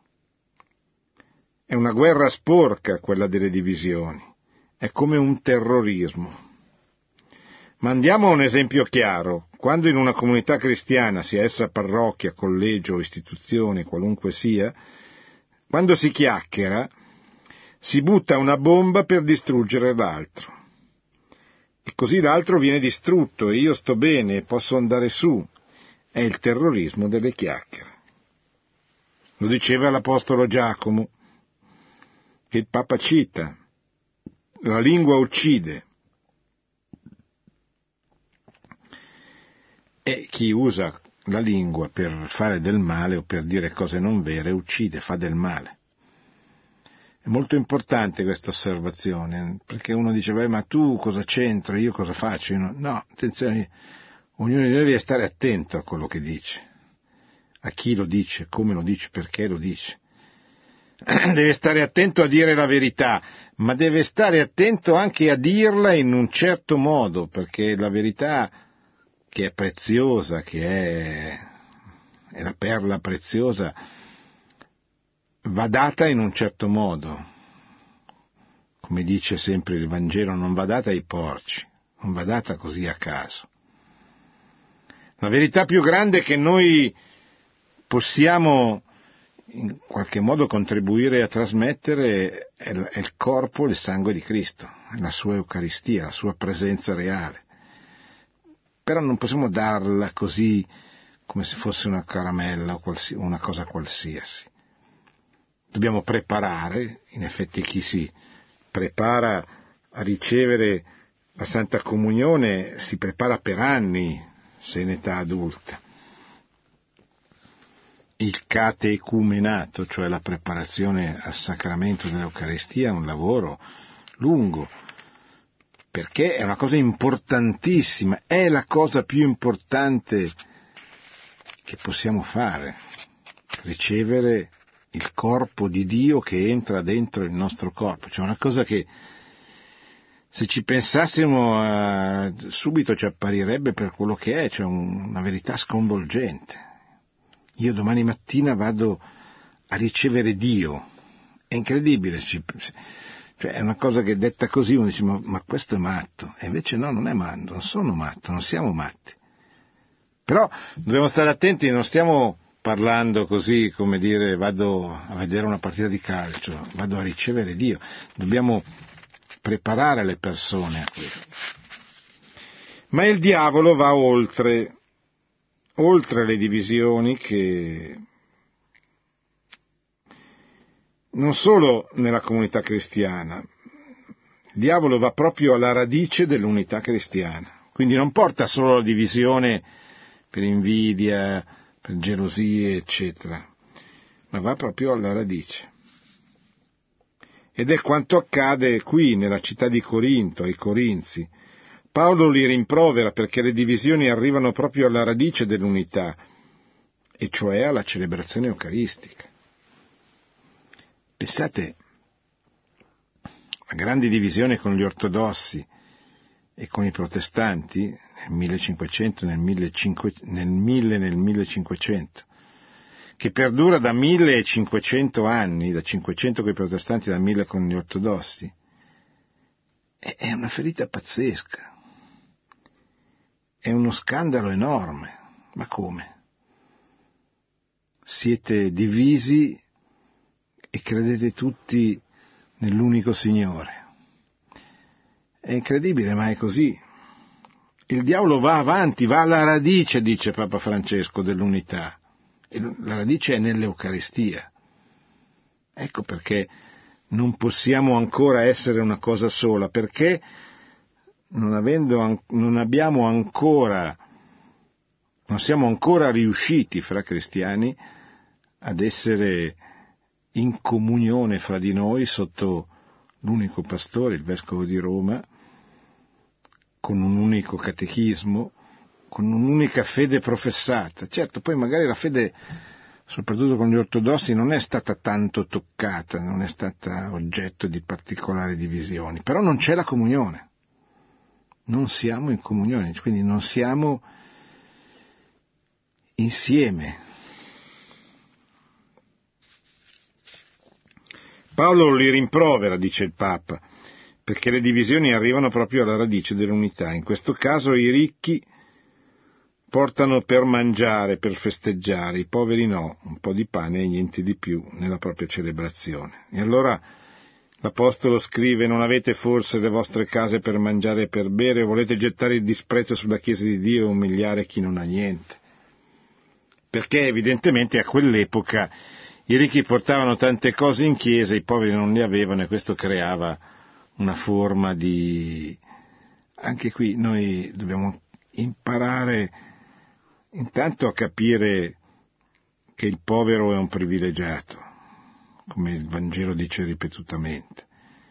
[SPEAKER 1] È una guerra sporca quella delle divisioni, è come un terrorismo. Ma andiamo a un esempio chiaro. Quando in una comunità cristiana, sia essa parrocchia, collegio o istituzione, qualunque sia, quando si chiacchiera, si butta una bomba per distruggere l'altro. E così l'altro viene distrutto e io sto bene e posso andare su. È il terrorismo delle chiacchiere. Lo diceva l'Apostolo Giacomo, che il Papa cita: la lingua uccide. E chi usa la lingua per fare del male o per dire cose non vere uccide, fa del male. È molto importante questa osservazione, perché uno dice: beh, ma tu cosa c'entra, io cosa faccio? No, attenzione, ognuno di noi deve stare attento a quello che dice, a chi lo dice, come lo dice, perché lo dice. Deve stare attento a dire la verità, ma deve stare attento anche a dirla in un certo modo, perché la verità, che è preziosa, che è la perla preziosa, va data in un certo modo. Come dice sempre il Vangelo, non va data ai porci, non va data così a caso. La verità più grande che noi possiamo in qualche modo contribuire a trasmettere è il corpo e il sangue di Cristo, la sua Eucaristia, la sua presenza reale. Però non possiamo darla così come se fosse una caramella o una cosa qualsiasi. Dobbiamo preparare, in effetti chi si prepara a ricevere la Santa Comunione si prepara per anni, se in età adulta. Il catecumenato, cioè la preparazione al sacramento dell'Eucaristia, è un lavoro lungo, perché è una cosa importantissima, è la cosa più importante che possiamo fare, ricevere il corpo di Dio che entra dentro il nostro corpo. Cioè una cosa che, se ci pensassimo, subito ci apparirebbe per quello che è, cioè una verità sconvolgente. Io domani mattina vado a ricevere Dio, è incredibile, cioè è una cosa che detta così uno dice ma questo è matto, e invece no, non è matto, non sono matto, non siamo matti. Però dobbiamo stare attenti, non stiamo parlando così come dire vado a vedere una partita di calcio, vado a ricevere Dio, dobbiamo preparare le persone a questo. Ma il diavolo va oltre le divisioni che non solo nella comunità cristiana, il diavolo va proprio alla radice dell'unità cristiana, quindi non porta solo alla divisione per invidia, per gelosie, eccetera, ma va proprio alla radice. Ed è quanto accade qui nella città di Corinto, ai Corinzi. Paolo li rimprovera perché le divisioni arrivano proprio alla radice dell'unità, e cioè alla celebrazione eucaristica. Pensate, la grande divisione con gli ortodossi e con i protestanti nel 1500, nel 1500, che perdura da 1500 anni, da 500 con i protestanti, da 1000 con gli ortodossi, è una ferita pazzesca. È uno scandalo enorme. Ma come? Siete divisi e credete tutti nell'unico Signore. È incredibile, ma è così. Il diavolo va avanti, va alla radice, dice Papa Francesco, dell'unità. E la radice è nell'Eucaristia. Ecco perché non possiamo ancora essere una cosa sola, perché non siamo ancora riusciti fra cristiani ad essere in comunione fra di noi sotto l'unico pastore, il vescovo di Roma, con un unico catechismo, con un'unica fede professata. Certo, poi magari la fede, soprattutto con gli ortodossi, non è stata tanto toccata, non è stata oggetto di particolari divisioni, però non c'è la comunione. Non siamo in comunione, quindi non siamo insieme. Paolo li rimprovera, dice il Papa, perché le divisioni arrivano proprio alla radice dell'unità. In questo caso i ricchi portano per mangiare, per festeggiare, i poveri no, un po' di pane e niente di più nella propria celebrazione. E allora l'Apostolo scrive: non avete forse le vostre case per mangiare e per bere, o volete gettare il disprezzo sulla Chiesa di Dio e umiliare chi non ha niente? Perché evidentemente a quell'epoca i ricchi portavano tante cose in chiesa, i poveri non le avevano, e questo creava una forma di... Anche qui noi dobbiamo imparare intanto a capire che il povero è un privilegiato, come il Vangelo dice ripetutamente,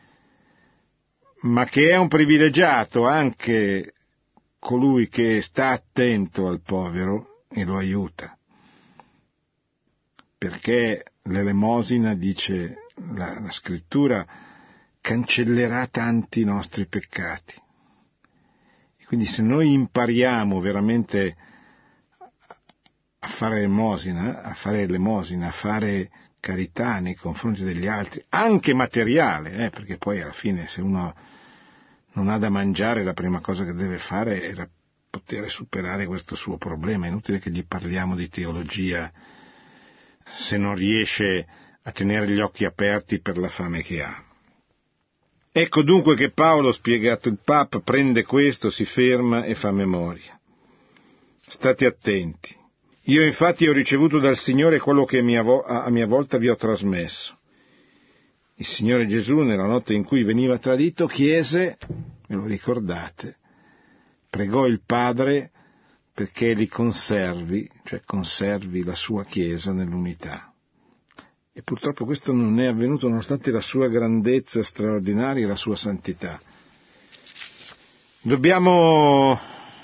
[SPEAKER 1] ma che è un privilegiato anche colui che sta attento al povero e lo aiuta, perché l'elemosina, dice la scrittura, cancellerà tanti nostri peccati. E quindi se noi impariamo veramente a fare elemosina, a fare carità nei confronti degli altri, anche materiale, perché poi alla fine se uno non ha da mangiare la prima cosa che deve fare è poter superare questo suo problema. È inutile che gli parliamo di teologia se non riesce a tenere gli occhi aperti per la fame che ha. Ecco dunque che Paolo, spiegato il Papa, prende questo, si ferma e fa memoria. State attenti. Io infatti ho ricevuto dal Signore quello che a mia volta vi ho trasmesso. Il Signore Gesù, nella notte in cui veniva tradito, chiese, me lo ricordate, pregò il Padre perché li conservi, cioè conservi la sua Chiesa nell'unità. E purtroppo questo non è avvenuto nonostante la sua grandezza straordinaria e la sua santità. Dobbiamo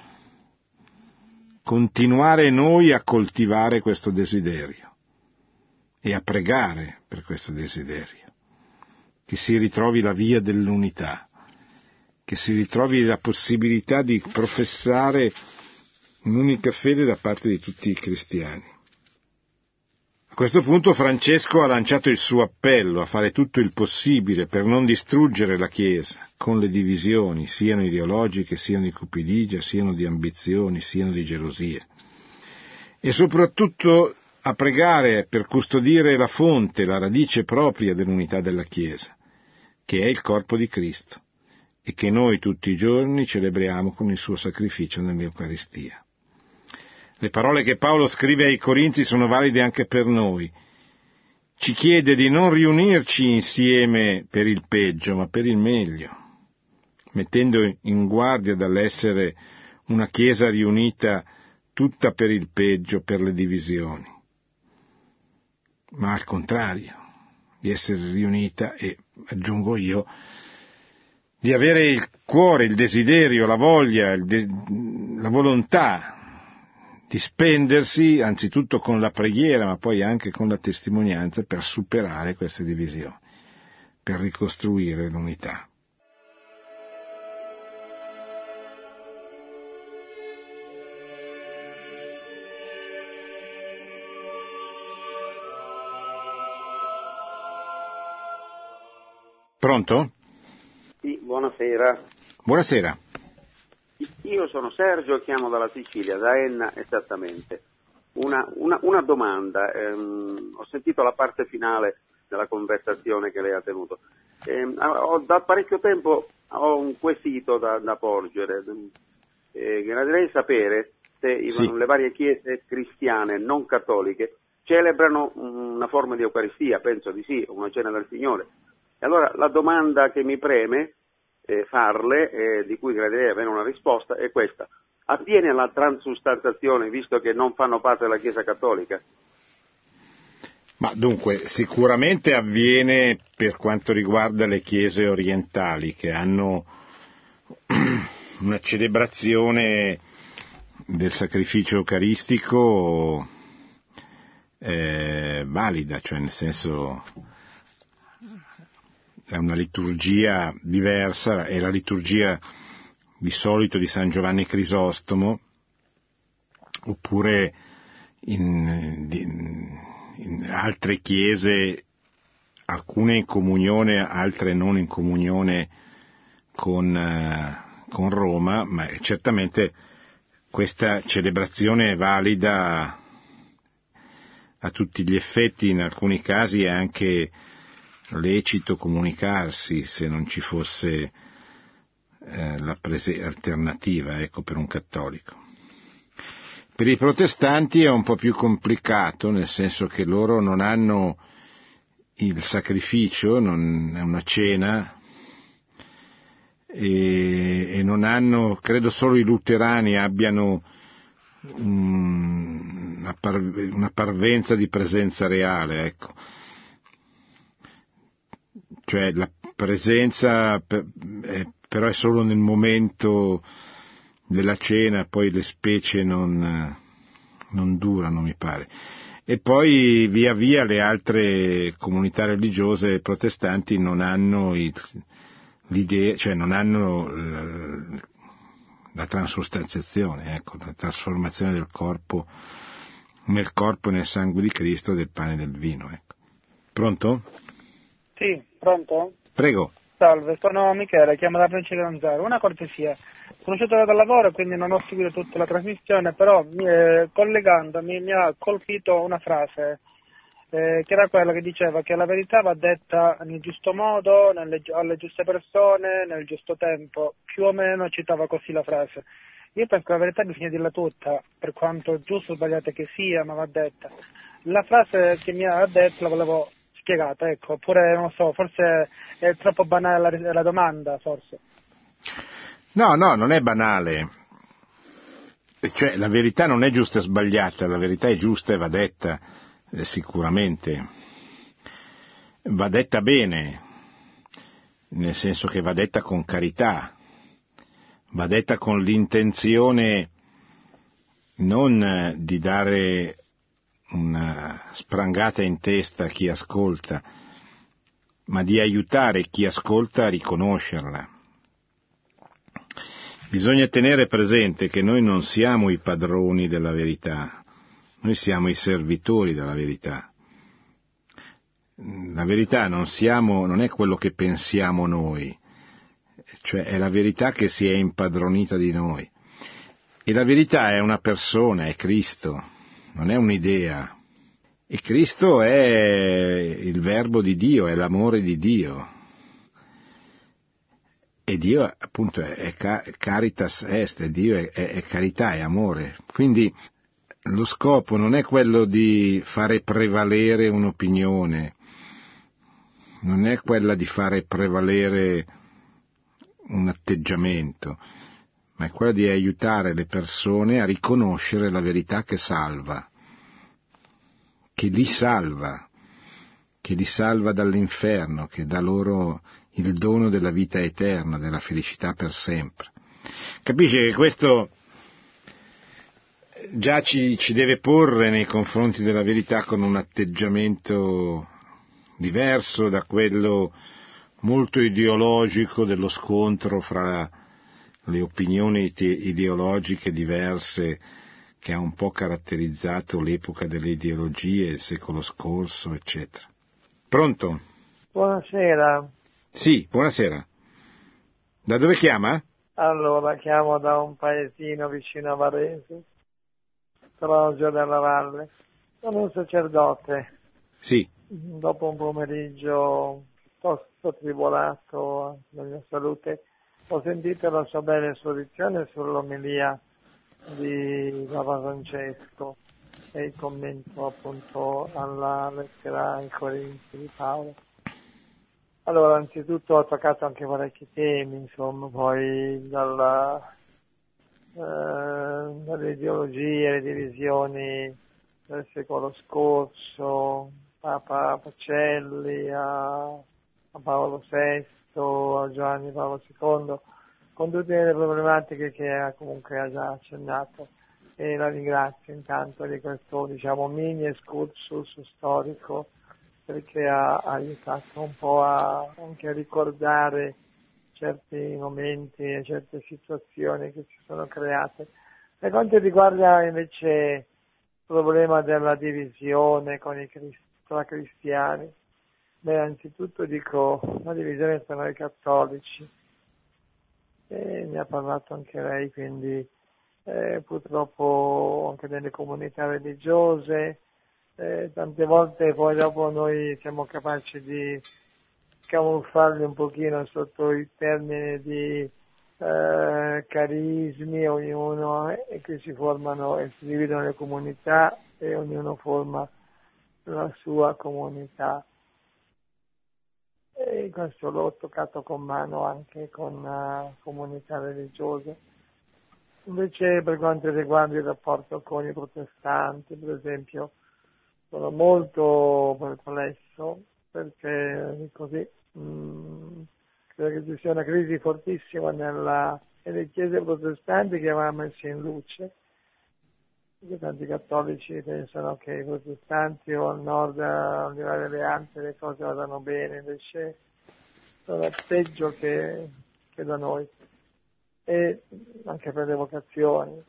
[SPEAKER 1] continuare noi a coltivare questo desiderio e a pregare per questo desiderio, che si ritrovi la via dell'unità, che si ritrovi la possibilità di professare un'unica fede da parte di tutti i cristiani. A questo punto Francesco ha lanciato il suo appello a fare tutto il possibile per non distruggere la Chiesa con le divisioni, siano ideologiche, siano di cupidigia, siano di ambizioni, siano di gelosie. E soprattutto a pregare per custodire la fonte, la radice propria dell'unità della Chiesa, che è il corpo di Cristo, e che noi tutti i giorni celebriamo con il suo sacrificio nell'Eucaristia. Le parole che Paolo scrive ai Corinzi sono valide anche per noi. ci chiede di non riunirci insieme per il peggio, ma per il meglio, mettendo in guardia dall'essere una Chiesa riunita tutta per il peggio, per le divisioni, ma al contrario, di essere riunita e, aggiungo io, di avere il cuore, il desiderio, la voglia, la volontà di spendersi anzitutto con la preghiera, ma poi anche con la testimonianza per superare queste divisioni, per ricostruire l'unità. Pronto?
[SPEAKER 2] Sì, buonasera.
[SPEAKER 1] Buonasera.
[SPEAKER 2] Io sono Sergio, chiamo dalla Sicilia, da Enna esattamente. Una domanda, ho sentito la parte finale della conversazione che lei ha tenuto. Da parecchio tempo ho un quesito da porgere. Gradirei sapere se
[SPEAKER 1] Sì.
[SPEAKER 2] le varie chiese cristiane non cattoliche celebrano una forma di Eucaristia, penso di sì, una cena del Signore. E allora la domanda che mi preme farle, di cui gradirei avere una risposta, è questa. Avviene la transustanziazione, visto che non fanno parte della Chiesa Cattolica?
[SPEAKER 1] Ma dunque, sicuramente avviene per quanto riguarda le chiese orientali, che hanno una celebrazione del sacrificio eucaristico valida, cioè nel senso è una liturgia diversa, è la liturgia di solito di San Giovanni Crisostomo, oppure in altre chiese, alcune in comunione, altre non in comunione con Roma, ma certamente questa celebrazione è valida a tutti gli effetti. In alcuni casi è anche lecito comunicarsi se non ci fosse alternativa, ecco, per un cattolico. Per i protestanti è un po' più complicato, nel senso che loro non hanno il sacrificio, non è una cena, e non hanno, credo solo i luterani abbiano una parvenza di presenza reale, ecco. Cioè la presenza però è solo nel momento della cena, poi le specie non durano, mi pare. E poi via via le altre comunità religiose protestanti non hanno l'idea, cioè non hanno la transustanziazione, ecco, la trasformazione del corpo nel corpo e nel sangue di Cristo, del pane e del vino, ecco. Pronto?
[SPEAKER 3] Sì, pronto?
[SPEAKER 1] Prego.
[SPEAKER 3] Salve, sono Michele, chiamo da provincia di Catanzaro. Una cortesia, sono uscito dal lavoro, quindi non ho seguito tutta la trasmissione, però collegandomi mi ha colpito una frase, che era quella che diceva che la verità va detta nel giusto modo, alle giuste persone, nel giusto tempo. Più o meno citava così la frase. Io penso che la verità bisogna dirla tutta, per quanto giusto o sbagliata che sia, ma va detta. La frase che mi ha detto la volevo spiegata, ecco, oppure non so, forse è troppo banale la domanda, forse.
[SPEAKER 1] No, non è banale. Cioè, la verità non è giusta e sbagliata, la verità è giusta e va detta, sicuramente. Va detta bene, nel senso che va detta con carità, va detta con l'intenzione non di dare una sprangata in testa a chi ascolta, ma di aiutare chi ascolta a riconoscerla. Bisogna tenere presente che noi non siamo i padroni della verità, noi siamo i servitori della verità. La verità non è quello che pensiamo noi, cioè è la verità che si è impadronita di noi. E la verità è una persona, è Cristo, non è un'idea. E Cristo è il verbo di Dio, è l'amore di Dio. E Dio appunto è caritas est, Dio è carità, è amore. Quindi lo scopo non è quello di fare prevalere un'opinione, non è quella di fare prevalere un atteggiamento, ma è quella di aiutare le persone a riconoscere la verità che salva, che li salva dall'inferno, che dà loro il dono della vita eterna, della felicità per sempre. Capisce che questo già ci deve porre nei confronti della verità con un atteggiamento diverso da quello molto ideologico dello scontro fra le opinioni ideologiche diverse che ha un po' caratterizzato l'epoca delle ideologie, il secolo scorso, eccetera. Pronto?
[SPEAKER 4] Buonasera.
[SPEAKER 1] Sì, buonasera. Da dove chiama?
[SPEAKER 4] Allora, chiamo da un paesino vicino a Varese, Trogio della Valle. Sono un sacerdote.
[SPEAKER 1] Sì.
[SPEAKER 4] Dopo un pomeriggio piuttosto tribolato nella mia salute, ho sentito la sua bella esposizione sull'omelia di Papa Francesco e il commento appunto alla lettera ai Corinzi di Paolo. Allora, anzitutto ho toccato anche parecchi temi, insomma, poi dalle ideologie, le divisioni del secolo scorso, Papa Pacelli, a Paolo VI, a Giovanni Paolo II, con tutte le problematiche che comunque ha già accennato. E la ringrazio intanto di questo, mini excursus storico, perché ha aiutato un po' anche a ricordare certi momenti e certe situazioni che si sono create. Per quanto riguarda invece il problema della divisione tra cristiani, anzitutto dico la divisione tra noi cattolici, e ne ha parlato anche lei, quindi purtroppo anche nelle comunità religiose, tante volte poi dopo noi siamo capaci di camuffarli un pochino sotto il termine di carismi, ognuno, e qui si formano e si dividono le comunità e ognuno forma la sua comunità. E questo l'ho toccato con mano anche con comunità religiose. Invece per quanto riguarda il rapporto con i protestanti, per esempio, sono molto perplesso perché così credo che ci sia una crisi fortissima nelle chiese protestanti che va messa in luce, perché tanti cattolici pensano che i protestanti o al nord, al di là delle Alpi, le cose vadano bene, invece sono peggio che da noi, e anche per le vocazioni.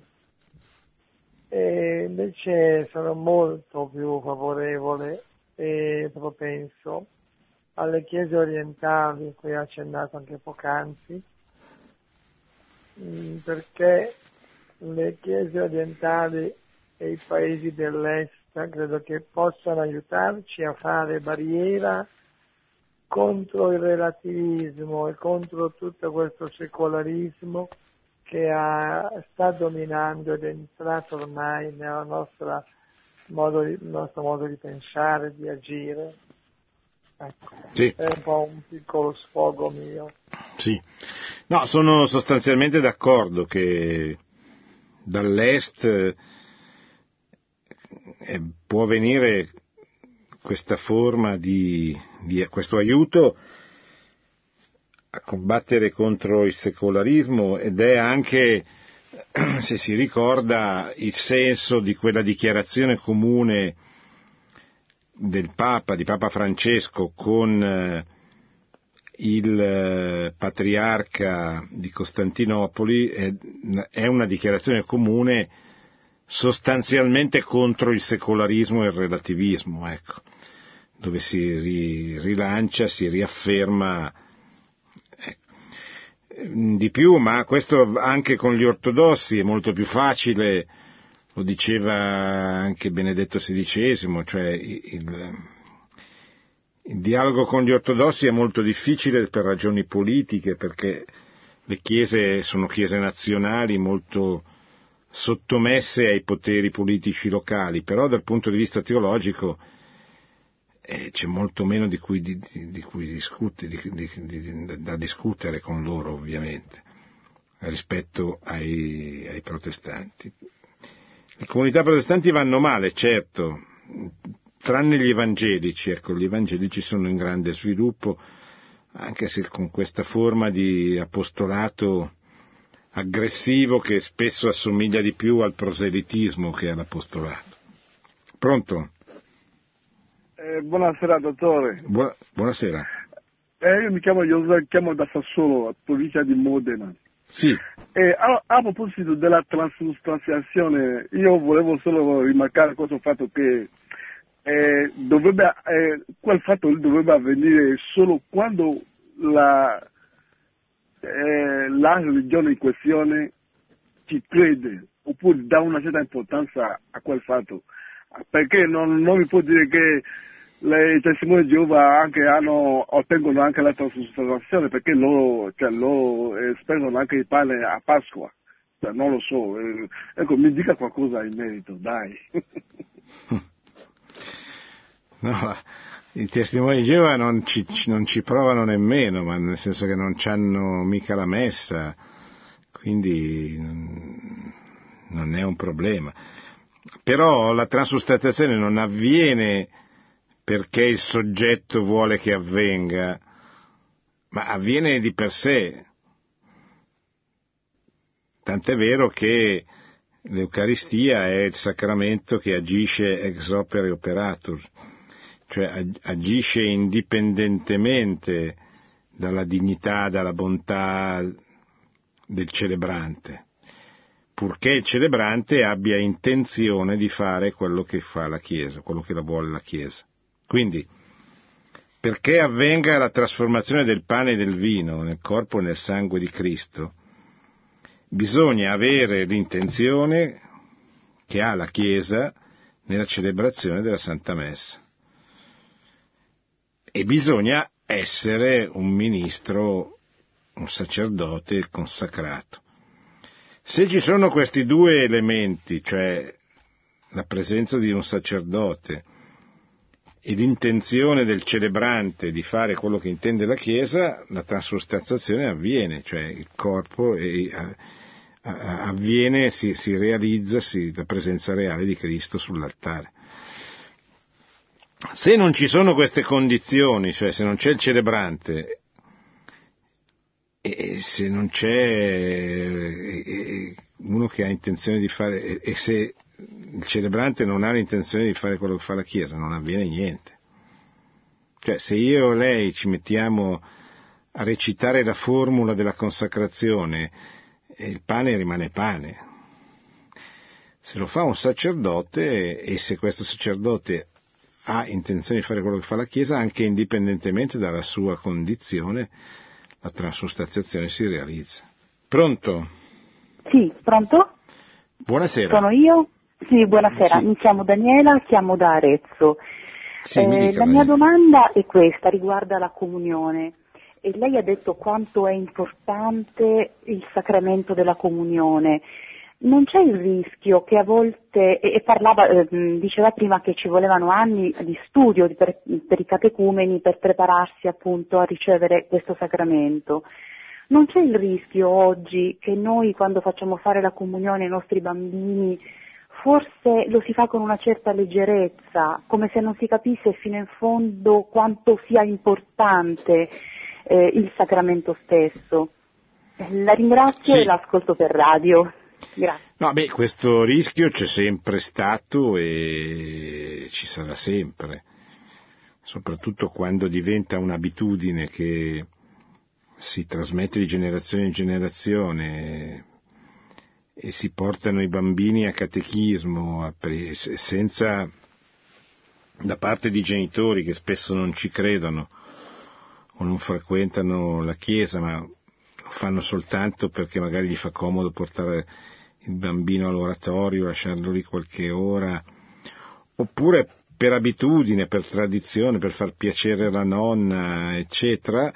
[SPEAKER 4] E invece sono molto più favorevole e propenso alle chiese orientali, cui ha accennato anche poc'anzi, perché le chiese orientali e i paesi dell'est credo che possano aiutarci a fare barriera contro il relativismo e contro tutto questo secolarismo che sta dominando ed è entrato ormai nel nostro modo di pensare, di agire. Ecco,
[SPEAKER 1] sì.
[SPEAKER 4] È un po' un piccolo sfogo mio.
[SPEAKER 1] Sì, no, sono sostanzialmente d'accordo che dall'est può venire questa forma di questo aiuto a combattere contro il secolarismo, ed è anche, se si ricorda, il senso di quella dichiarazione comune del Papa, di Papa Francesco, con il patriarca di Costantinopoli. È una dichiarazione comune sostanzialmente contro il secolarismo e il relativismo, ecco, dove si rilancia, si riafferma di più, ma questo anche con gli ortodossi è molto più facile, lo diceva anche Benedetto XVI, cioè il dialogo con gli ortodossi è molto difficile per ragioni politiche, perché le chiese sono chiese nazionali molto sottomesse ai poteri politici locali, però dal punto di vista teologico c'è molto meno da discutere con loro, ovviamente, rispetto ai protestanti. Le comunità protestanti vanno male, certo, tranne gli evangelici. Ecco, gli evangelici sono in grande sviluppo, anche se con questa forma di apostolato aggressivo che spesso assomiglia di più al proselitismo che all'apostolato. Pronto?
[SPEAKER 5] Buonasera dottore.
[SPEAKER 1] Buonasera.
[SPEAKER 5] Io mi chiamo José, chiamo da Sassuolo, provincia di Modena.
[SPEAKER 1] Sì.
[SPEAKER 5] A proposito della transustanziazione, io volevo solo rimarcare questo fatto che quel fatto dovrebbe avvenire solo quando la religione in questione ci crede, oppure dà una certa importanza a quel fatto, perché non mi può dire che i testimoni di Geova ottengono anche la transustanziazione, perché loro spendono anche il pane a Pasqua. Non lo so, ecco, mi dica qualcosa in merito, dai.
[SPEAKER 1] No, i testimoni di Geova non ci provano nemmeno, ma nel senso che non c'hanno mica la messa, quindi non è un problema. Però la transustanziazione non avviene perché il soggetto vuole che avvenga, ma avviene di per sé. Tant'è vero che l'Eucaristia è il sacramento che agisce ex opere operatur, cioè agisce indipendentemente dalla dignità, dalla bontà del celebrante, purché il celebrante abbia intenzione di fare quello che fa la Chiesa, quello che la vuole la Chiesa. Quindi, perché avvenga la trasformazione del pane e del vino nel corpo e nel sangue di Cristo, bisogna avere l'intenzione che ha la Chiesa nella celebrazione della Santa Messa. E bisogna essere un ministro, un sacerdote consacrato. Se ci sono questi due elementi, cioè la presenza di un sacerdote e l'intenzione del celebrante di fare quello che intende la Chiesa, la transustanziazione avviene, cioè il corpo avviene, si realizza la presenza reale di Cristo sull'altare. Se non ci sono queste condizioni, cioè se non c'è il celebrante e se non c'è uno che ha intenzione di fare, e se il celebrante non ha l'intenzione di fare quello che fa la Chiesa, non avviene niente. Cioè, se io e lei ci mettiamo a recitare la formula della consacrazione, il pane rimane pane. Se lo fa un sacerdote, e se questo sacerdote ha intenzione di fare quello che fa la Chiesa, anche indipendentemente dalla sua condizione, la transustanziazione si realizza. Pronto?
[SPEAKER 6] Sì, pronto?
[SPEAKER 1] Buonasera.
[SPEAKER 6] Sono io? Sì, buonasera.
[SPEAKER 1] Sì.
[SPEAKER 6] Mi chiamo Daniela, chiamo da Arezzo.
[SPEAKER 1] Sì,
[SPEAKER 6] la mia domanda è questa, riguarda la comunione. E lei ha detto quanto è importante il sacramento della comunione. Non c'è il rischio che a volte, diceva prima che ci volevano anni di studio per i catecumeni per prepararsi appunto a ricevere questo sacramento. Non c'è il rischio oggi che noi, quando facciamo fare la comunione ai nostri bambini, forse lo si fa con una certa leggerezza, come se non si capisse fino in fondo quanto sia importante il sacramento stesso? La ringrazio
[SPEAKER 1] Sì.
[SPEAKER 6] e l'ascolto per radio. Grazie.
[SPEAKER 1] No, questo rischio c'è sempre stato e ci sarà sempre, soprattutto quando diventa un'abitudine che si trasmette di generazione in generazione e si portano i bambini a catechismo senza, da parte di genitori che spesso non ci credono o non frequentano la chiesa, ma lo fanno soltanto perché magari gli fa comodo portare il bambino all'oratorio, lasciarlo lì qualche ora, oppure per abitudine, per tradizione, per far piacere la nonna, eccetera.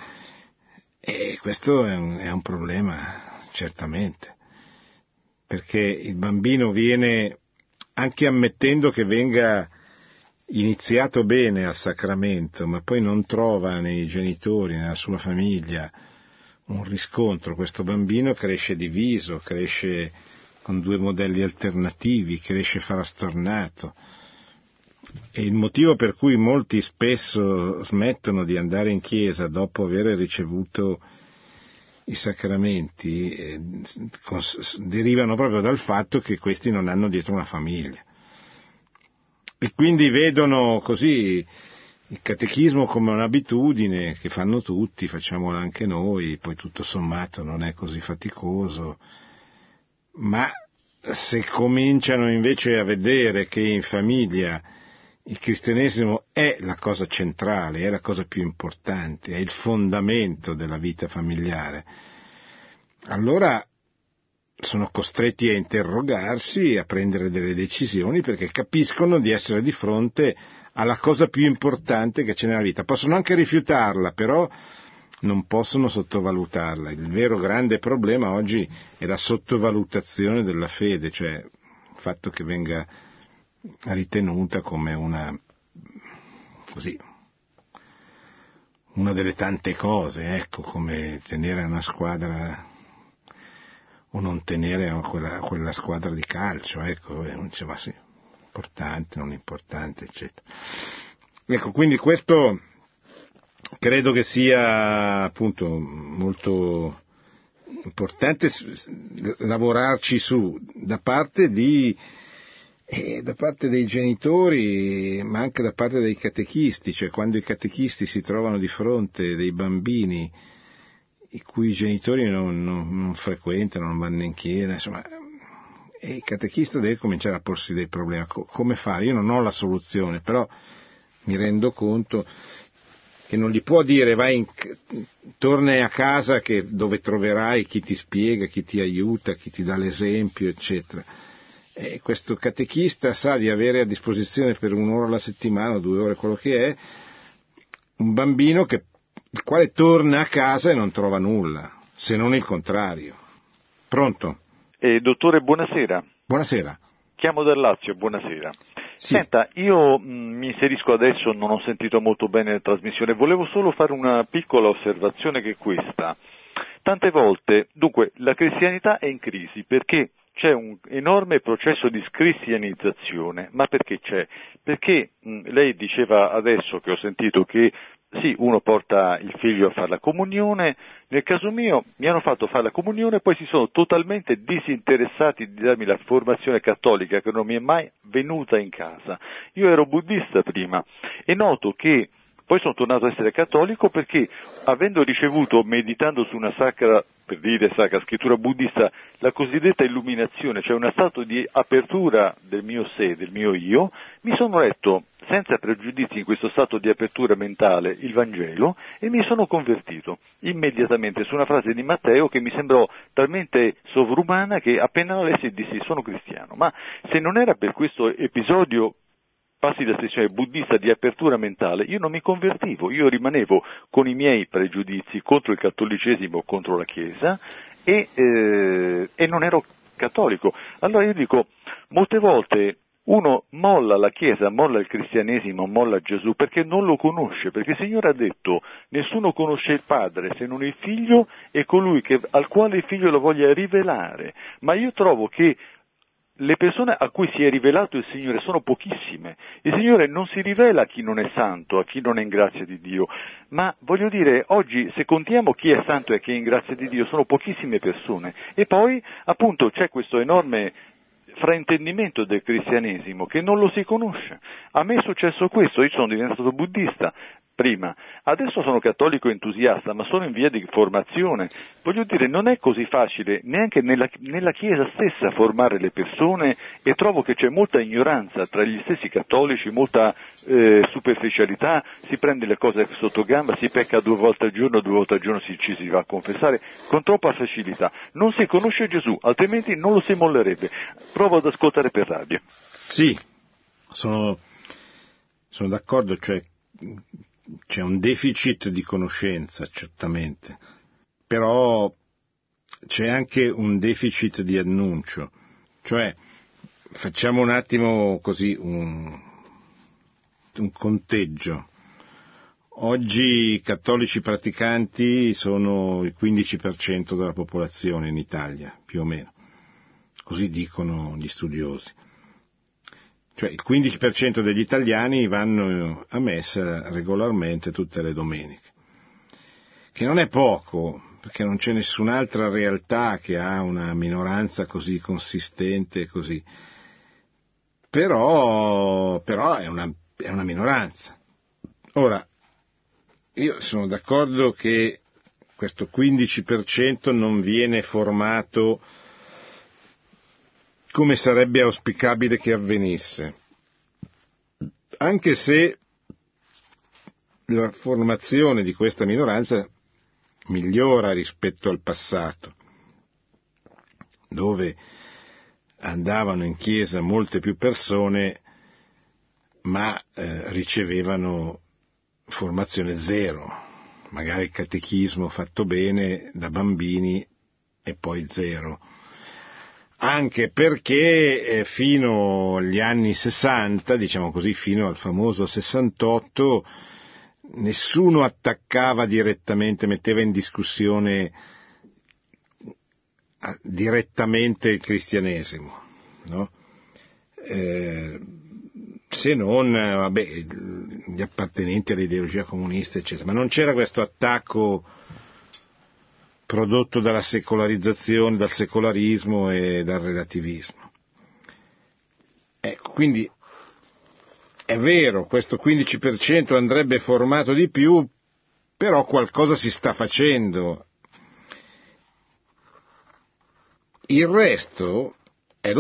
[SPEAKER 1] E questo è un problema, certamente, perché il bambino viene, anche ammettendo che venga iniziato bene al sacramento, ma poi non trova nei genitori, nella sua famiglia, un riscontro, questo bambino cresce diviso, cresce con due modelli alternativi, cresce frastornato. E il motivo per cui molti spesso smettono di andare in chiesa dopo aver ricevuto i sacramenti derivano proprio dal fatto che questi non hanno dietro una famiglia. E quindi vedono così il catechismo come un'abitudine che fanno tutti, facciamola anche noi, poi tutto sommato non è così faticoso, ma se cominciano invece a vedere che in famiglia il cristianesimo è la cosa centrale, è la cosa più importante, è il fondamento della vita familiare, allora sono costretti a interrogarsi, a prendere delle decisioni, perché capiscono di essere di fronte alla cosa più importante che c'è nella vita. Possono anche rifiutarla, però non possono sottovalutarla. Il vero grande problema oggi è la sottovalutazione della fede, cioè il fatto che venga ritenuta come una delle tante cose, ecco, come tenere una squadra o non tenere quella squadra di calcio, ecco, dice, ma sì, importante, non importante, eccetera. Ecco, quindi questo credo che sia appunto molto importante lavorarci su da parte dei genitori, ma anche da parte dei catechisti, cioè quando i catechisti si trovano di fronte dei bambini i cui genitori non frequentano, non vanno in chiesa, insomma, e il catechista deve cominciare a porsi dei problemi. Come fare? Io non ho la soluzione, però mi rendo conto che non gli può dire torna a casa dove troverai chi ti spiega, chi ti aiuta, chi ti dà l'esempio, eccetera. E questo catechista sa di avere a disposizione per 1 ora alla settimana, 2 ore, quello che è, un bambino il quale torna a casa e non trova nulla, se non il contrario. Pronto?
[SPEAKER 7] Dottore, buonasera.
[SPEAKER 1] Buonasera.
[SPEAKER 7] Chiamo dal Lazio, buonasera.
[SPEAKER 1] Sì.
[SPEAKER 7] Senta, io mi inserisco adesso, non ho sentito molto bene la trasmissione, volevo solo fare una piccola osservazione che è questa. Tante volte, dunque, la cristianità è in crisi perché c'è un enorme processo di scristianizzazione, ma perché c'è? Perché lei diceva adesso che ho sentito che sì, uno porta il figlio a fare la comunione, nel caso mio mi hanno fatto fare la comunione e poi si sono totalmente disinteressati di darmi la formazione cattolica che non mi è mai venuta in casa. Io ero buddista prima e noto che poi sono tornato a essere cattolico perché avendo ricevuto, meditando su una sacra scrittura buddista, la cosiddetta illuminazione, cioè uno stato di apertura del mio sé, del mio io, mi sono letto senza pregiudizi in questo stato di apertura mentale il Vangelo e mi sono convertito immediatamente su una frase di Matteo che mi sembrò talmente sovrumana che appena la lessi dissi sono cristiano. Ma se non era per questo episodio, passi l'espressione buddista di apertura mentale, io non mi convertivo, io rimanevo con i miei pregiudizi contro il cattolicesimo, contro la Chiesa e non ero cattolico. Allora io dico, molte volte uno molla la Chiesa, molla il cristianesimo, molla Gesù perché non lo conosce, perché il Signore ha detto nessuno conosce il Padre se non il Figlio e colui al quale il Figlio lo voglia rivelare, ma io trovo che le persone a cui si è rivelato il Signore sono pochissime. Il Signore non si rivela a chi non è santo, a chi non è in grazia di Dio, ma voglio dire, oggi se contiamo chi è santo e chi è in grazia di Dio sono pochissime persone. E poi appunto c'è questo enorme fraintendimento del cristianesimo che non lo si conosce. A me è successo questo, io sono diventato buddista prima, adesso sono cattolico entusiasta, ma sono in via di formazione. Voglio dire, non è così facile neanche nella Chiesa stessa formare le persone e trovo che c'è molta ignoranza tra gli stessi cattolici, molta superficialità, si prende le cose sotto gamba, si pecca 2 volte al giorno, 2 volte al giorno ci si va a confessare con troppa facilità. Non si conosce Gesù, altrimenti non lo si mollerebbe. Provo ad ascoltare per radio.
[SPEAKER 1] Sì, sono d'accordo, cioè c'è un deficit di conoscenza, certamente, però c'è anche un deficit di annuncio, cioè facciamo un attimo così un un conteggio. Oggi i cattolici praticanti sono il 15% della popolazione in Italia, più o meno. Così dicono gli studiosi. Cioè il 15% degli italiani vanno a messa regolarmente tutte le domeniche. Che non è poco, perché non c'è nessun'altra realtà che ha una minoranza così consistente, così. Però è una minoranza. Ora, io sono d'accordo che questo 15% non viene formato come sarebbe auspicabile che avvenisse, anche se la formazione di questa minoranza migliora rispetto al passato, dove andavano in chiesa molte più persone, ma ricevevano formazione zero, magari il catechismo fatto bene da bambini e poi zero. Anche perché fino agli anni 60, diciamo così, fino al famoso 68, nessuno attaccava direttamente, metteva in discussione direttamente il cristianesimo, no? Se non, gli appartenenti all'ideologia comunista, eccetera, ma non c'era questo attacco prodotto dalla secolarizzazione, dal secolarismo e dal relativismo. Ecco, quindi è vero, questo 15% andrebbe formato di più, però qualcosa si sta facendo. Il resto è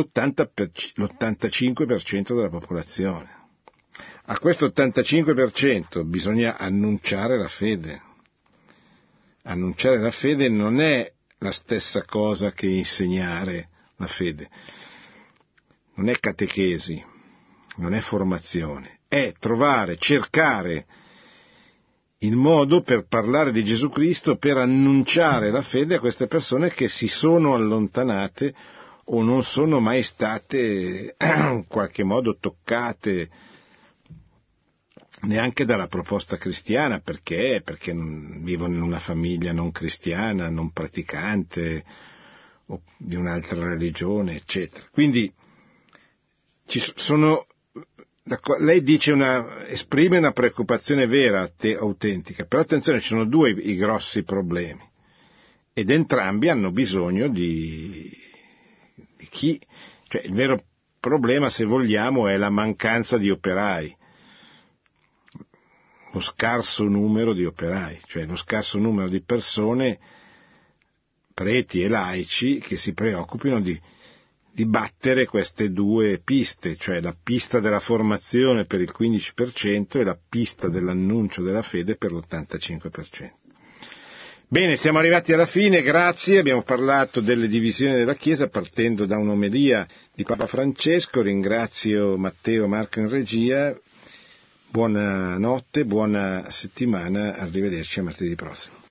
[SPEAKER 1] l'85% della popolazione. A questo 85% bisogna annunciare la fede. Annunciare la fede non è la stessa cosa che insegnare la fede. Non è catechesi, non è formazione. È cercare il modo per parlare di Gesù Cristo, per annunciare la fede a queste persone che si sono allontanate o non sono mai state in qualche modo toccate neanche dalla proposta cristiana, perché vivono in una famiglia non cristiana, non praticante o di un'altra religione, eccetera. Quindi lei dice esprime una preoccupazione vera, autentica, però attenzione, ci sono due i grossi problemi ed entrambi hanno bisogno di chi, cioè il vero problema, se vogliamo, è la mancanza di operai, lo scarso numero di operai, cioè lo scarso numero di persone, preti e laici, che si preoccupino di battere queste due piste, cioè la pista della formazione per il 15% e la pista dell'annuncio della fede per l'85%. Bene, siamo arrivati alla fine, grazie, abbiamo parlato delle divisioni della Chiesa partendo da un'omelia di Papa Francesco, ringrazio Matteo Marco in regia, buona notte, buona settimana, arrivederci a martedì prossimo.